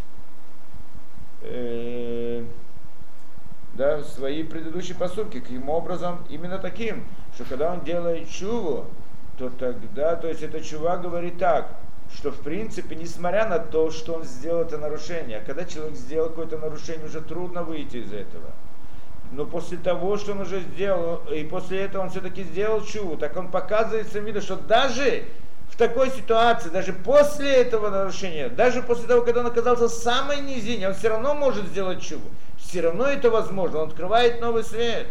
э, да, свои предыдущие поступки. Каким образом? Именно таким, что когда он делает чуву, то тогда, то есть эта чува говорит так, что в принципе, несмотря на то, что он сделал это нарушение, а когда человек сделал какое-то нарушение, уже трудно выйти из этого. Но после того, что он уже сделал, и после этого он все-таки сделал чуву, так он показывает своим видом, что даже в такой ситуации, даже после этого нарушения, даже после того, когда он оказался в самой низине, он все равно может сделать чуву. Все равно это возможно, он открывает новый свет.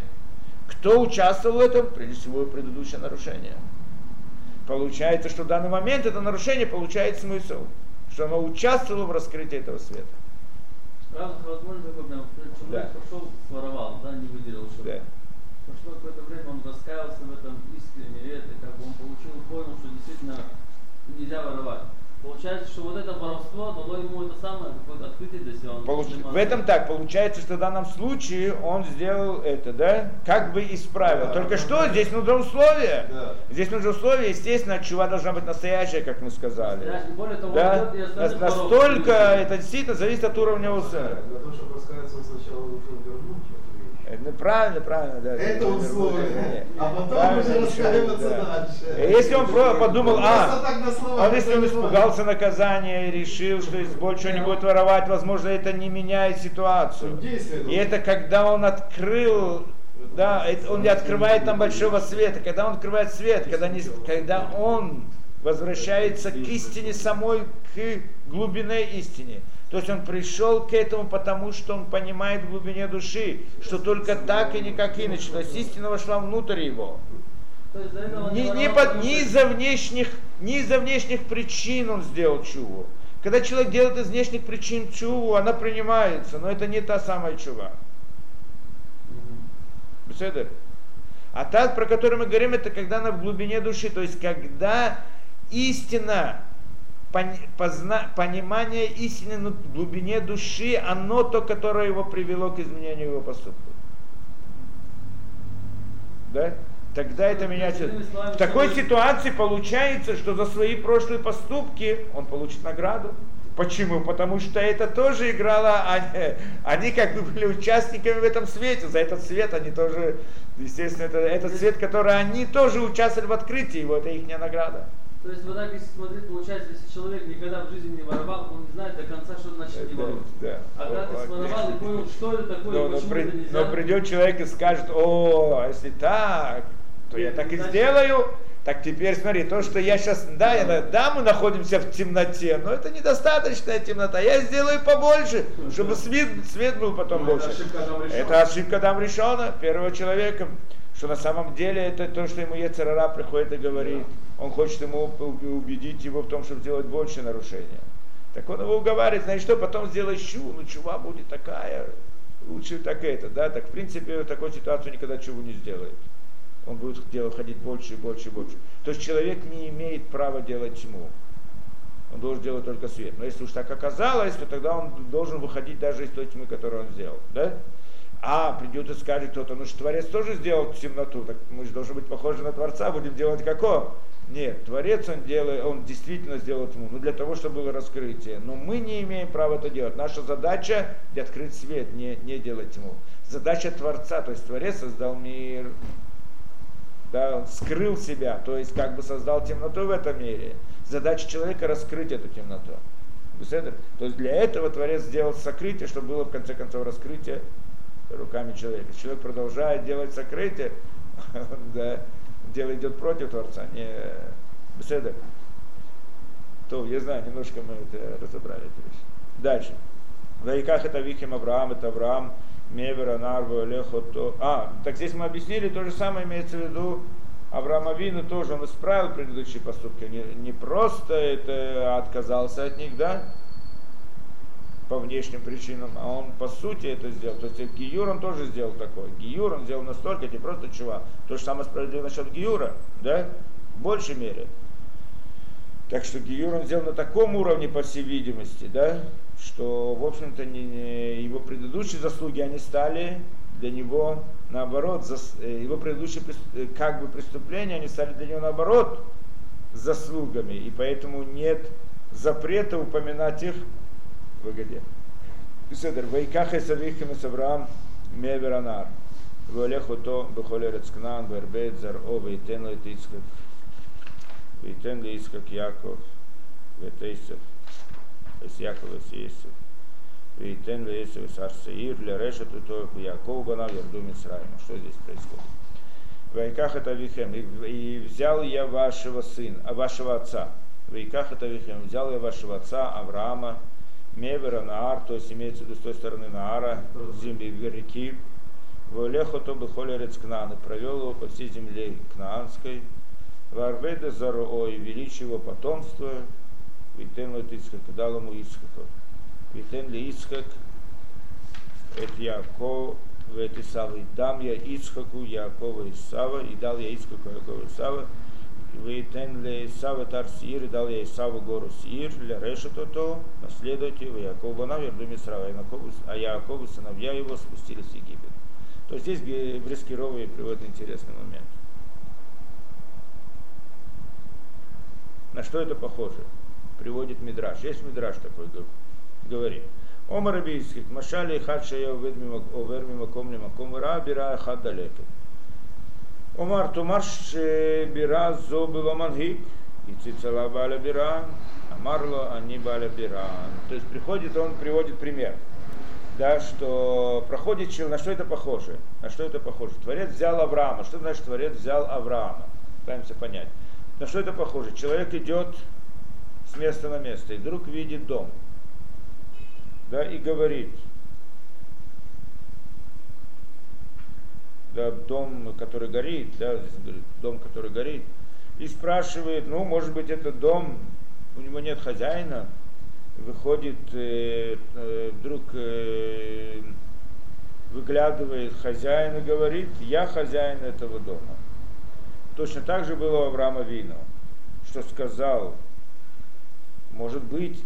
Кто участвовал в этом? Прежде всего, предыдущее нарушение. Получается, что в данный момент это нарушение получает смысл, что оно участвовало в раскрытии этого света. Правда, возможно, такой прям, человек Да. пошел, своровал, да, не выделил что-то. Да. Прошло какое-то время, он раскаялся в этом искренне, и это, как бы он получил, понял, что действительно нельзя воровать. Получается, что вот это воровство дало ему это самое, какое-то открытие для себя. Он Получ... понимал, В этом что- так, получается, что в данном случае он сделал это, да, как бы исправил. Да, Только да, что да. здесь нужно условие. Да. Здесь нужно условие, естественно, чува должна быть настоящая, как мы сказали. Настоящий. Более того, Да? идет и остальных Нас- воров. Настолько это действительно зависит от уровня уса. Для того, чтобы раскаяться, он сначала должен вернуть эту вещь. Ну, правильно, правильно, да. Это условие. А потом Правильно, уже раскаиваться да. дальше. Если он про- подумал, а, Просто так на словах а если он не испугался наказания и решил, что если больше не будет воровать, возможно, это не меняет ситуацию. Действие И это когда он открыл, да, это он не открывает там большого света. Когда он открывает свет, когда, не, когда он возвращается к истине самой, к глубинной истине. То есть он пришел к этому, потому что он понимает в глубине души, что только так и никак иначе. То есть истина вошла внутрь его. То есть до этого Ни, не ни, воровал, под- ни из-за внешних, ни из-за внешних причин он сделал чуву. Когда человек делает из внешних причин чуву, она принимается, но это не та самая чува. Мгм. Беседер? А та, про которую мы говорим, это когда она в глубине души, то есть когда истина, пони- позна- понимание истины в глубине души, оно то, которое его привело к изменению его поступков. Да? Тогда это меняется. В такой ситуации получается, что за свои прошлые поступки он получит награду. Почему? Потому что это тоже играло, они, они как бы были участниками в этом свете. За этот свет они тоже, естественно, это, этот свет, который они тоже участвовали в открытии его, это их награда. То есть вот так, если смотреть, получается, если человек никогда в жизни не воровал, он не знает до конца, что значит не Да, воровать. да. А когда ты О, своровал и понял, что это такое, Но, и но, почему при- это нельзя. но придет человек и скажет, о, а если так, то я так и Значит- сделаю. Так теперь смотри, то, что я сейчас, да, я, да, мы находимся в темноте, но это недостаточная темнота. Я сделаю побольше, чтобы свет, свет был потом Ну, это больше. ошибка Адам Ришона. Это ошибка Адам Ришона, первого человека, что на самом деле это то, что ему Йецер Ара приходит и говорит. Он хочет ему убедить его в том, чтобы сделать больше нарушения. Так он его уговаривает, знаешь что, потом сделаешь чуву, ну чува будет такая, лучше так это, да, так в принципе в такой ситуации никогда чуву не сделает. Он будет делать, ходить больше и больше и больше. То есть человек не имеет права делать тьму. Он должен делать только свет. Но если уж так оказалось, то тогда он должен выходить даже из той тьмы, которую он сделал. Да? А, придет и скажет кто-то, ну что Творец тоже сделал темноту, так мы же должны быть похожи на Творца, будем делать как он. Нет, Творец он делает, он действительно сделал тьму, ну для того, чтобы было раскрытие. Но мы не имеем права это делать. Наша задача открыть свет, не, не делать тьму. Задача Творца, то есть Творец создал мир, да, он скрыл себя, то есть как бы создал темноту в этом мире. Задача человека раскрыть эту темноту. То есть для этого Творец сделал сокрытие, чтобы было в конце концов раскрытие руками человека. Человек продолжает делать сокрытие, да, дело идет против Творца, не беседа. То, я знаю, немножко мы это разобрали эту вещь. Дальше. Вайках это Вихим Авраам, это Авраам, Мевера, Нарву, Лехо, то. А, так здесь мы объяснили, то же самое имеется в виду Авраам Авину тоже, он исправил предыдущие поступки, не, не просто это отказался от них, да, по внешним причинам, а он по сути это сделал. То есть Гиюр он тоже сделал такой. Гиюр он сделал настолько, не просто чува. То же самое справедливо насчет Гиюра, да, в большей мере. Так что Гиюр он сделал на таком уровне, по всей видимости, да, что, в общем-то, не, не, его предыдущие заслуги, они стали для него, наоборот, зас, его предыдущие как бы преступления, они стали для него, наоборот, заслугами. И поэтому нет запрета упоминать их в выгоде. Седер, Вайках и Савихим и Авраам Меверанар. Валехото Бехолерец Кнан, Вербет, Зар, О, Вейтен Лет Ицхак. Вейтен Ле Ицхак Яков, Ветейсов, Эс Яков, Эс Ейсов. Вейтен Ле Ейсов, Эс Арсеир, Ле Решет, Утоев, Яков, Банав, Ярду Мицраима. Что здесь происходит? Вайках это Вихем, и взял я вашего сына, вашего отца. Вайках это Вихем, взял я вашего отца Авраама, Мевера, Наар, то есть имеется в виду с той стороны Наара, земли реки, Волехото Бехолерец Кнан, и провел его по всей земле Кнаанской, Варведа Заро, и величие его потомство, Витен Лет Ицхак, дал ему Ицхака. Витен Ле Ицхак, Эт Яков, Вет Исава, и дам я Ицхаку, Якова и Исава, и дал я Ицхаку, Якова и Исава, Вейтен Ле Исава Тар Сиир, и дал я Исаву гору Сиир, Ле Решето то, наследовать его, Яков Банав, Ярду Мицраима, а Якову сыновья его спустились в Египет. То есть здесь еврейский Ровый приводит интересный момент. На что это похоже? Приводит Мидраш. Есть Мидраш такой, говорит. Омар Абийских, Машали Хадша я овер мимаком лимаком ра бира хад далекет. Омар Тумаш бира зо было мангик, и цицала баля бира, амарло они баля бира. То есть приходит, он приводит пример. Да, что проходит человек, на что это похоже? На что это похоже? Творец взял Авраама. Что значит Творец взял Авраама? Пытаемся понять. На что это похоже? Человек идет с места на место и вдруг видит дом. Да, и говорит, да, дом, который горит, да, здесь он говорит, дом, который горит, и спрашивает, ну, может быть, этот дом, у него нет хозяина, выходит, э, э, вдруг э, выглядывает хозяин и говорит, я хозяин этого дома. Точно так же было у Авраама Авину, что сказал, может быть,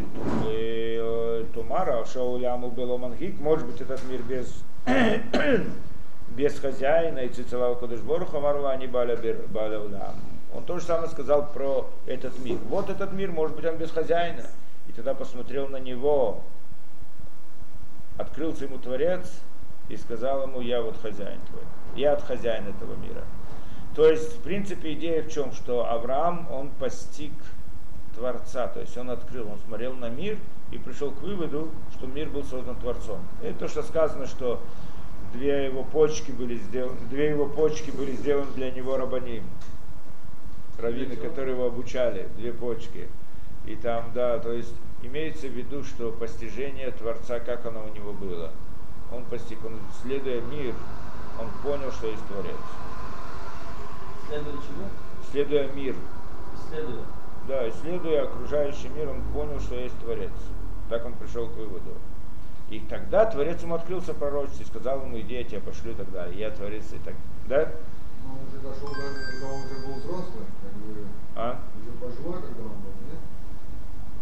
Тумара, Шауляму Беломангик, может быть, этот мир без, без хозяина, и Цицелава Кодышборха, Марва, не Баля Улям. Он то же самое сказал про этот мир. Вот этот мир, может быть, он без хозяина. И тогда посмотрел на него, открылся ему Творец и сказал ему, я вот хозяин твой, я от хозяина этого мира. То есть, в принципе, идея в чем, что Авраам, он постиг Творца, то есть он открыл, он смотрел на мир и пришел к выводу, что мир был создан Творцом. Это то, что сказано, что две его почки были сделаны, две его почки были сделаны для него рабаним, раввины, которые его обучали, две почки. И там, да, то есть имеется в виду, что постижение Творца, как оно у него было. Он постиг, он, исследуя мир, он понял, что есть Творец. Исследуя чего? Исследуя мир. Исследуя. Да, исследуя окружающий мир, он понял, что есть Творец. Так он пришел к выводу. И тогда Творец ему открылся пророчестве, сказал ему, иди, я тебя пошлю и так далее. Я Творец и так далее. Да? Но он уже дошел, когда он уже был взрослый, как бы, А? уже пожилой, когда он был, нет? Ну, есть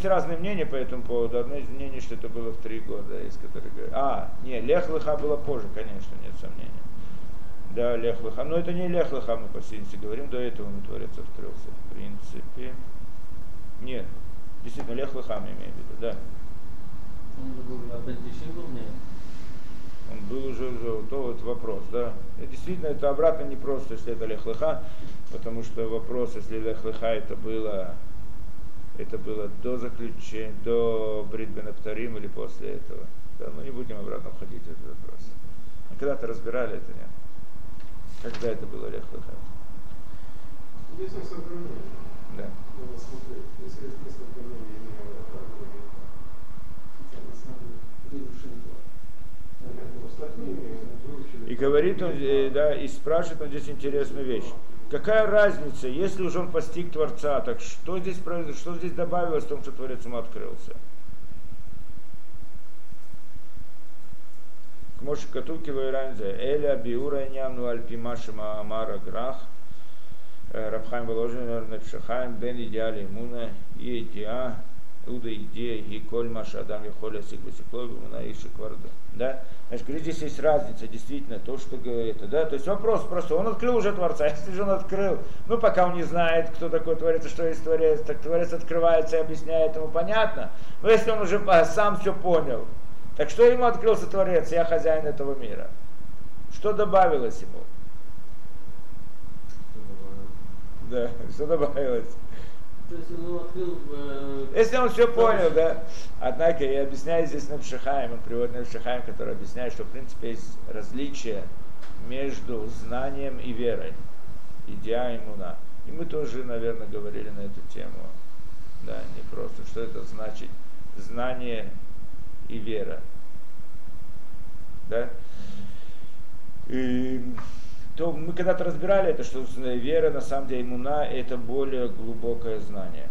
есть разные мнения по этому поводу. Одно из мнений, что это было в три года, есть, которые говорят. А, не, Лех Леха было позже, конечно, нет сомнений. Да, Лех Леха. Но это не Лех Леха, мы по сути говорим, до этого мы Творец открылся. В принципе. Нет. Действительно, Лех Леха мы имеем в виду, да. Он же был Бентишин был, нет? Он был уже, уже то вот вопрос, да. И действительно, это обратно не просто, если это Лех Леха, потому что вопрос, если Лех Леха это было, это было до заключения, до Брит бен Абтарим или после этого. Да, ну не будем обратно входить в этот вопрос. А когда-то разбирали это, нет? Когда это было Лех Леха? Есть несколько мнений. Да. Надо смотреть. Есть несколько мнений именно так, на самом деле. И говорит он, э, да, и спрашивает он здесь интересную вещь. Какая разница, если уже он постиг Творца, так что здесь произошло, что здесь добавилось в том, что Творец ему открылся? К Моше Катуки Лойранзе, Эля Биура Нямну Альпимашима Амара Грах, Рабхайм Воложин Навшахайм, Бен Идеали Муна, и Идеа, Уда Идея, и Коль Маша Адам Яхоля Сигвасиклови, Муна Иши Кварда. Да? Значит, говорит, здесь есть разница, действительно, то, что говорит. Да? То есть вопрос просто, он открыл уже Творца, если же он открыл, ну пока он не знает, кто такой Творец и что есть Творец, так Творец открывается и объясняет ему, понятно. Но если он уже сам все понял, так что ему открылся Творец, я хозяин этого мира? Что добавилось ему? Да, что добавилось? То есть он открыл... Э, Если он все понял, да. Однако я объясняю здесь Навшахаим, он приводит Навшахаим, который объясняет, что в принципе есть различие между знанием и верой. Идеа и муна. И мы тоже, наверное, говорили на эту тему. Да, не просто. Что это значит знание и вера. Да? И то мы когда-то разбирали это, что вера, на самом деле, иммуна, это более глубокое знание.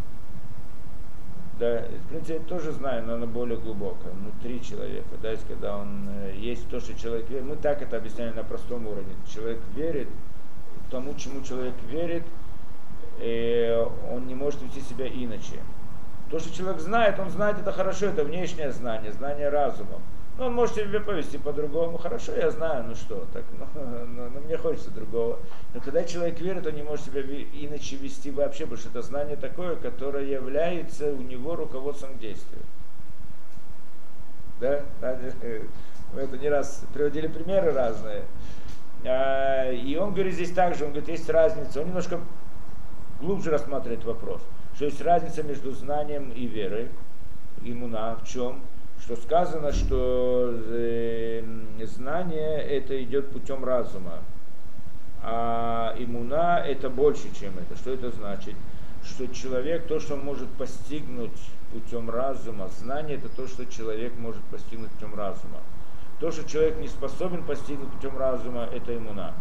Да, в принципе, я тоже знаю, но оно более глубокое, внутри человека. Да, есть, когда он, есть то, что человек верит, мы так это объясняли на простом уровне. Человек верит тому, чему человек верит, и он не может вести себя иначе. То, что человек знает, он знает это хорошо, это внешнее знание, знание разумом. Ну, он может себя повести по-другому. Хорошо, я знаю, ну что, так, ну, ну, ну, мне хочется другого. Но когда человек верит, он не может себя иначе вести вообще, потому что это знание такое, которое является у него руководством к действию. Да? Мы это не раз приводили примеры разные. И он говорит здесь также, он говорит, есть разница, он немножко глубже рассматривает вопрос, что есть разница между знанием и верой. Иммуна в чем? Что сказано, что э, знание это идет путем разума, а иммуна это больше, чем это. Что это значит? Что человек, то, что он может постигнуть путем разума, знание это то, что человек может постигнуть путем разума. То, что человек не способен постигнуть путем разума, это иммуна.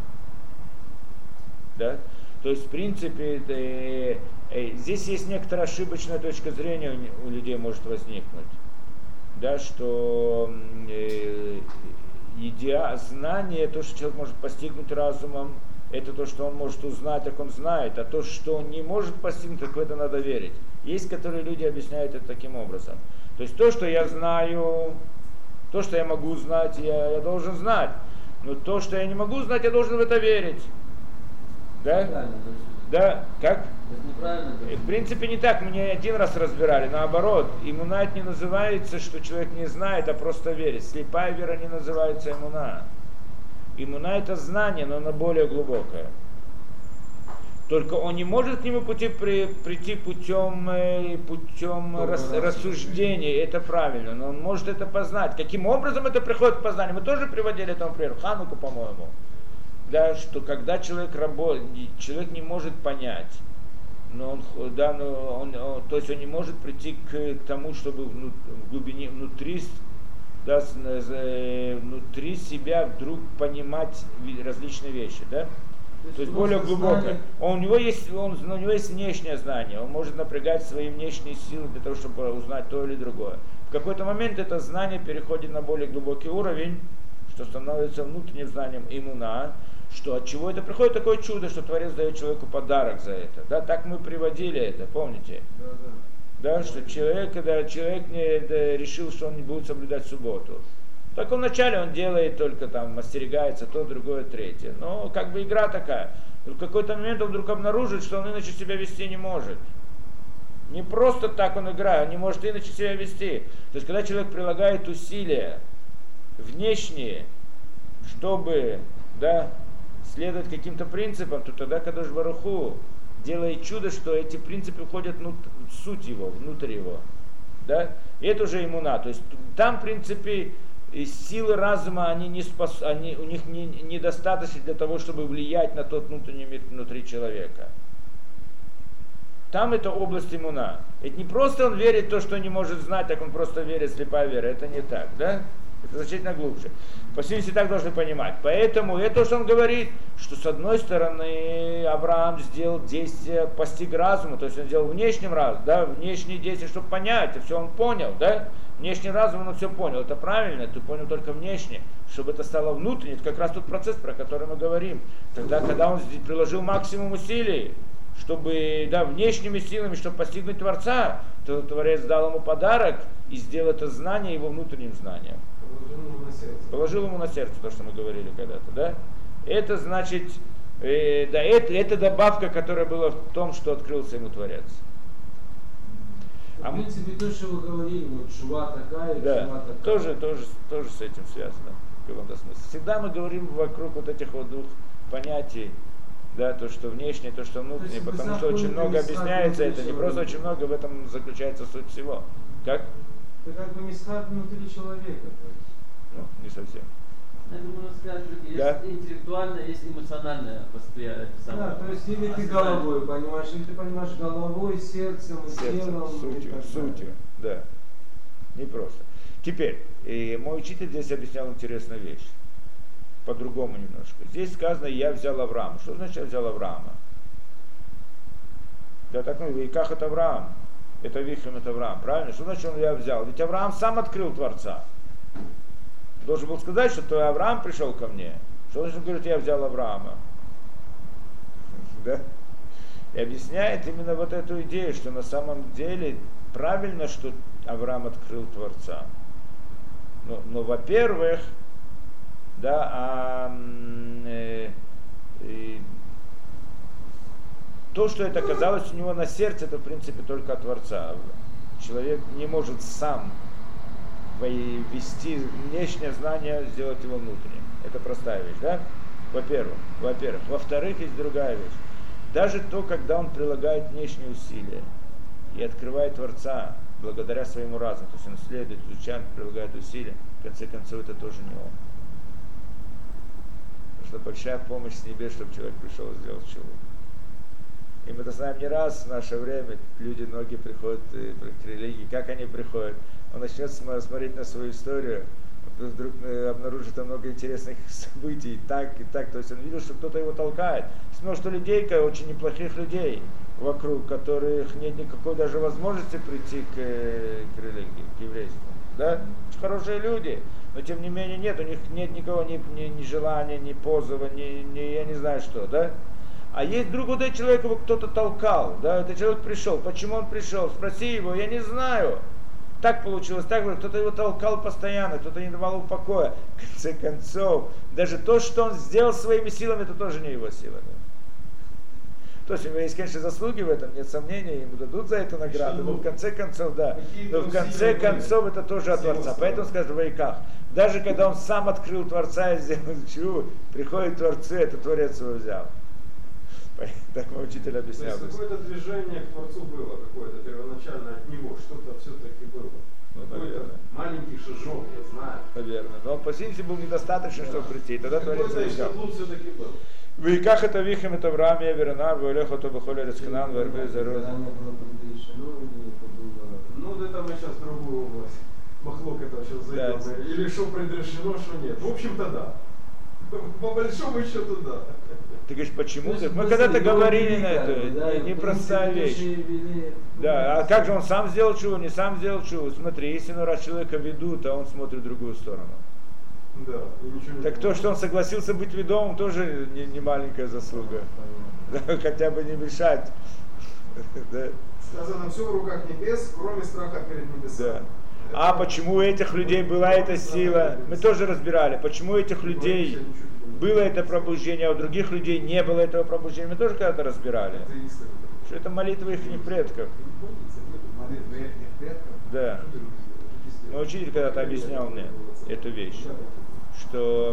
Да? То есть, в принципе, это, э, э, здесь есть некоторая ошибочная точка зрения у, у людей может возникнуть. Да, что э, идеа, знание, то, что человек может постигнуть разумом, это то, что он может узнать, так он знает, а то, что он не может постигнуть, так в это надо верить. Есть, которые люди объясняют это таким образом. То есть то, что я знаю, то, что я могу знать, я, я должен знать. Но то, что я не могу знать, я должен в это верить. Да? Да, как? Это неправильно. В принципе, не так, мы не один раз разбирали, наоборот, иммуна не называется, что человек не знает, а просто верит. Слепая вера не называется иммуна. Иммуна это знание, но оно более глубокое. Только он не может к нему пути при, прийти путем, путем рас, рассуждения, это правильно, но он может это познать. Каким образом это приходит к познанию? Мы тоже приводили этому пример, Хануку, по-моему. Да, что когда человек работает, человек не может понять, но он, да, но он, он, то есть он не может прийти к, к тому, чтобы в глубине, внутри, да, внутри себя вдруг понимать различные вещи, да? То, то есть более глубокое. Он, у, него есть, он, у него есть внешнее знание, он может напрягать свои внешние силы для того, чтобы узнать то или другое. В какой-то момент это знание переходит на более глубокий уровень, что становится внутренним знанием иммуна, что от чего это приходит такое чудо, что Творец дает человеку подарок за это. Да, так мы приводили это, помните? Да, да. Да, что человек, когда человек не, да, решил, что он не будет соблюдать субботу. Так он вначале он делает только там, остерегается то, другое, третье. Но как бы игра такая. И в какой-то момент он вдруг обнаружит, что он иначе себя вести не может. Не просто так он играет, он не может иначе себя вести. То есть когда человек прилагает усилия внешние, чтобы, да, следовать каким-то принципам, то тогда Кадош Барух Ху делает чудо, что эти принципы входят в суть его, внутрь его. Да? И это уже иммуна. То есть там, в принципе, силы разума, они не спос... они, у них не, недостаточно для того, чтобы влиять на тот внутренний мир внутри человека. Там это область иммуна. Это не просто он верит в то, что не может знать, так он просто верит, слепая вера. Это не так, да? Это значительно глубже. По сути, так должны понимать. Поэтому это, что он говорит, что с одной стороны Авраам сделал действие, постиг разума, то есть он сделал внешним разумом, да, внешние действия, чтобы понять, и все он понял, да? Внешний разум он все понял, это правильно, ты понял только внешне, чтобы это стало внутренне, это как раз тот процесс, про который мы говорим. Тогда, когда он приложил максимум усилий, чтобы, да, внешними силами, чтобы постигнуть Творца, то Творец дал ему подарок и сделал это знание его внутренним знанием. Положил ему на сердце. Положил ему на сердце, то, что мы говорили когда-то, да? Это значит, э, да, это, это добавка, которая была в том, что открылся ему Творец. В принципе, то, что вы говорили, вот шува такая, да, шува такая. Тоже, тоже, тоже с этим связано, в каком-то смысле. Всегда мы говорим вокруг вот этих вот двух понятий, да, то, что внешнее, то, что внутреннее, то потому что очень много объясняется это, не просто очень много, в этом заключается суть всего. Как? Это как бы мисхат внутри человека. То есть. Ну, не совсем. Я думаю, надо сказать, есть Да? интеллектуальное, есть эмоциональное восприятие. Да, то есть или ты головой понимаешь, или ты понимаешь головой, сердцем, Сердцем, телом. сутью, сутью, да. Не просто. Теперь, и мой учитель здесь объяснял интересную вещь. По-другому немножко. Здесь сказано, я взял Авраама. Что значит я взял Авраама? Да так, ну, и как это Авраам? Это Вихрем, это Авраам. Правильно? Что значит он я взял? Ведь Авраам сам открыл Творца. Должен был сказать, что то Авраам пришел ко мне. Что значит он говорит, я взял Авраама? Да? И объясняет именно вот эту идею, что на самом деле правильно, что Авраам открыл Творца. Но, но во-первых, да, а, э, э, то, что это оказалось у него на сердце, это в принципе только от Творца. Человек не может сам ввести внешнее знание, сделать его внутренним. Это простая вещь, да? Во-первых. Во-первых. Во-вторых, есть другая вещь. Даже то, когда он прилагает внешние усилия и открывает Творца благодаря своему разуму, то есть он следует, изучает, прилагает усилия, в конце концов это тоже не он. Потому что большая помощь с небес, чтобы человек пришел и сделал чудо. И мы это знаем не раз в наше время, люди, многие приходят к религии, как они приходят. Он начнет смотреть на свою историю, вдруг обнаружит там много интересных событий, и так, и так. То есть он видел, что кто-то его толкает. Множество людей, очень неплохих людей вокруг, которых нет никакой даже возможности прийти к, к религии, к еврейству. Да? Очень хорошие люди, но тем не менее нет, у них нет никакого ни, ни, ни желания, ни позыва, ни, ни я не знаю что, да? А есть другой человек, его кто-то толкал, да, этот человек пришел. Почему он пришел? Спроси его, я не знаю. Так получилось, так, кто-то его толкал постоянно, кто-то не давал ему покоя. В конце концов, даже то, что он сделал своими силами, это тоже не его сила. Да? То есть у него есть, конечно, заслуги в этом, нет сомнений, ему дадут за это награду, но в конце концов, да, но в конце концов это тоже от Творца. Поэтому скажет в Вайках, даже когда он сам открыл Творца и сделал чудо, приходит Творцы, это Творец его взял. Так мой учитель объяснял. То есть какое-то движение к Творцу было, какое-то первоначально от него, что-то все-таки было. Ну, какой-то маленький шажок, я знаю. Наверное. Но по сути был недостаточно, да, чтобы прийти. И тогда Творец его взял. Все-таки был. Выках это вихем это Авраам, я вернар, вылех это бахоля рецканан, вербе зарод. Ну, это мы сейчас в другую область. Махлок это сейчас зайдем. Да. Или что предрешено, что нет. В общем-то, да. По большому счету, да. Ты говоришь, почему? Так мы когда-то говорили на это, да, непростая вещь. Вели, да, а как же он сам сделал чего, не сам сделал чего? Смотри, если ну раз человека ведут, а он смотрит в другую сторону. Да, и ничего не так то, что он согласился быть ведомым, тоже не, не маленькая заслуга. Да, хотя бы не мешать Да. Сказано, все в руках небес, кроме страха перед небесами. Да. А почему у этих людей была эта сила? Мы тоже разбирали, почему у этих людей было это пробуждение, а у других людей не было этого пробуждения. Мы тоже когда-то разбирали. Что это молитва их предков. Да. Мой учитель когда-то объяснял мне эту вещь, что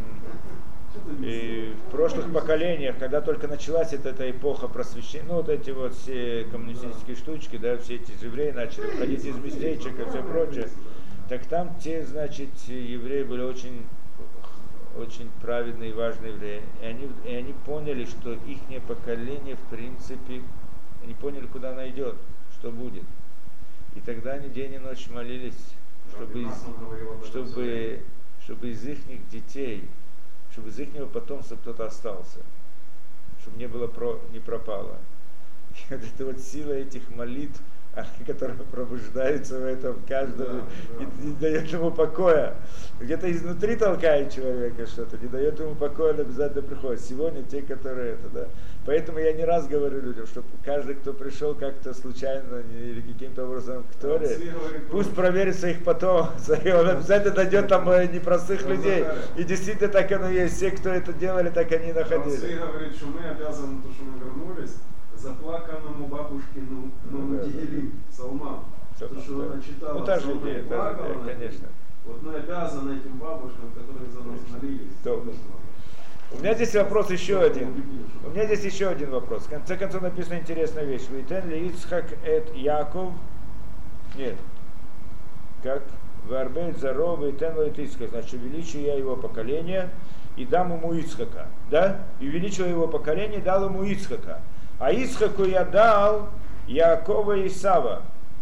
и в прошлых поколениях, когда только началась эта, эта эпоха просвещения, ну вот эти вот все коммунистические штучки, да, все эти евреи начали входить из местечек и все прочее, так там те, значит, евреи были очень, очень праведные и важные евреи. И они, и они поняли, что их поколение, в принципе, они поняли, куда оно идет, что будет. И тогда они день и ночь молились, чтобы из, чтобы, чтобы из их детей, чтобы из их потомства кто-то остался, чтобы не было про, не пропало. И вот эта вот сила этих молитв, которые пробуждаются в этом каждом, да, и да. не дает ему покоя. Где-то изнутри толкает человека что-то, не дает ему покоя, он обязательно приходит. Сегодня те, которые это, да. Поэтому я не раз говорю людям, что каждый, кто пришел как-то случайно или каким-то образом к Торе, пусть проверит своих потомцев, он обязательно найдет там непростых людей. И действительно так оно есть. Все, кто это делали, так они и находили. Он говорит, что мы обязаны, то, что мы вернулись, заплаканному бабушкину ну, Дигели, псалмам. То, что она читала, ну, та же идея, та же идея, конечно. Вот мы обязаны этим бабушкам, которые за нас молились. Добро. У меня здесь вопрос еще один. У меня здесь еще один вопрос. В конце концов написана интересная вещь. Вейтен ли Ицхак эт Яков? Нет. Как? Варбейт заро вейтен ли Ицхак. Значит, увеличу я его поколение и дам ему Ицхака. Да? И увеличил его поколение и дал ему Ицхака. А Ицхаку я дал Якова и Исава.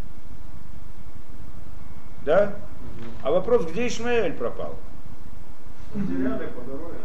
Да? А вопрос, где Ишмаэль пропал? Потеряли по дороге.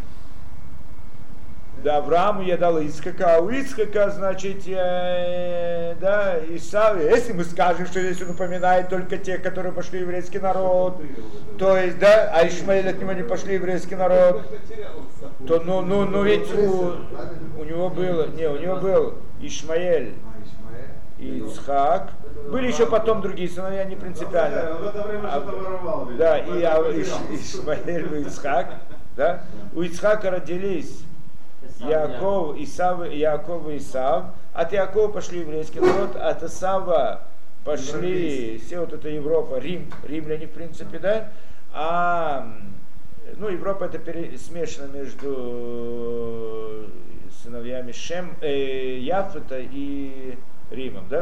Да, Аврааму я дал Ицхака, а у Ицхака, значит, я, да, Исав. Если мы скажем, что здесь он упоминает только тех, которые пошли в еврейский народ, то есть, да, а Ишмаэль от него не пошли в еврейский народ, то, ну, ну, ну ведь у, у него было, не, у него был Ишмаэль и Ицхак. Были еще потом другие сыновья, не принципиально. В это время что-то воровал. Да, и а, Иш, Ишмаэль и Ицхак, да, у Ицхака родились Яков, Исав, Яков и Исав. От Якова пошли еврейский народ, от Исава пошли все вот эта Европа, Рим, римляне в принципе, да. А ну, Европа это пере, смешано между сыновьями Шем, э, Яфета и Римом, да.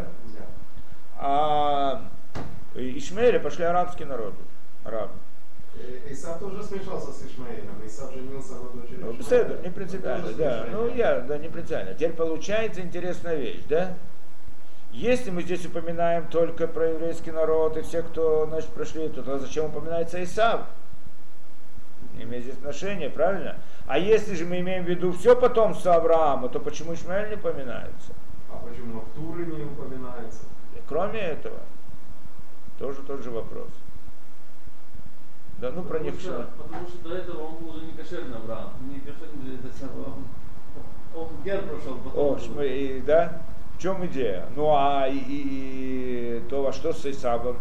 А Ишмаэля пошли арабские народы, арабы. Исав тоже смешался с Ишмаэлем. Исав женился на дочери. Ну, беседу, не принципиально, да. Ну, я, да, не принципиально. Теперь получается интересная вещь, да? Если мы здесь упоминаем только про еврейский народ и всех, кто, значит, прошли, то тогда зачем упоминается Исав? Не имеет здесь отношения, правильно? А если же мы имеем в виду все потомство Авраама, то почему Ишмаэль не упоминается? А почему в Туре не упоминается? Кроме этого, тоже тот же вопрос. Да, ну про них что, потому что до этого он был уже не кошерный Авраам, не кошерный это самое. Он гер прошел потом. О, и, да? В чем идея? Ну а и, и, и то во что с Исавом?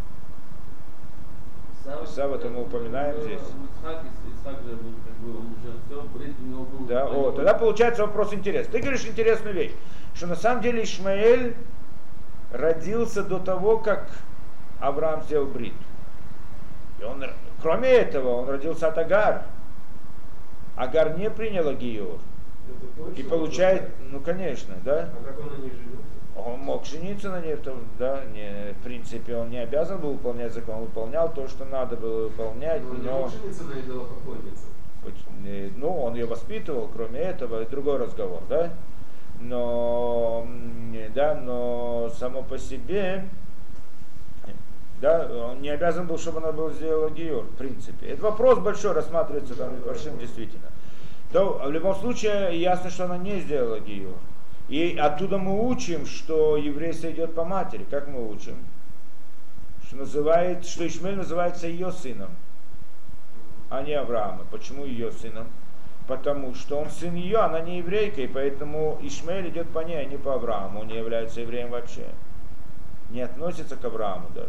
Исава-то мы упоминаем здесь. Исхак, Исхак же был, как бы, он уже все, в принципе, у него был. Да, о, тогда получается вопрос интересный. Ты говоришь интересную вещь, что на самом деле Ишмаэль родился до того, как Авраам сделал брит. И он, кроме этого, он родился от Агар. Агар не приняла гиюр. И получает, ну конечно, да? А как он на ней женился? Он мог жениться на ней, да, не, в принципе, он не обязан был выполнять закон, он выполнял то, что надо было выполнять. Но он не мог жениться на идолопоклоннице. Ну, он ее воспитывал, кроме этого, это другой разговор, да? Но, да, но само по себе, да, он не обязан был, чтобы она была сделала гиюр, в принципе. Это вопрос большой, рассматривается там большим действительно. То, в любом случае, ясно, что она не сделала гиюр. И оттуда мы учим, что еврей сойдет по матери. Как мы учим? Что, называет, что Ишмаэль называется ее сыном, а не Авраама. Почему ее сыном? Потому что он сын ее, она не еврейка, и поэтому Ишмаэль идет по ней, а не по Аврааму. Он не является евреем вообще. Не относится к Аврааму даже.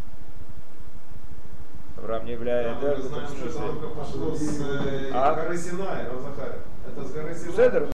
Авраам не является... Да, да, мы в этом знаем, что это смысле. только пошло с э, А? горы Синай, Равзахарь. Это с горы Синай. Седер,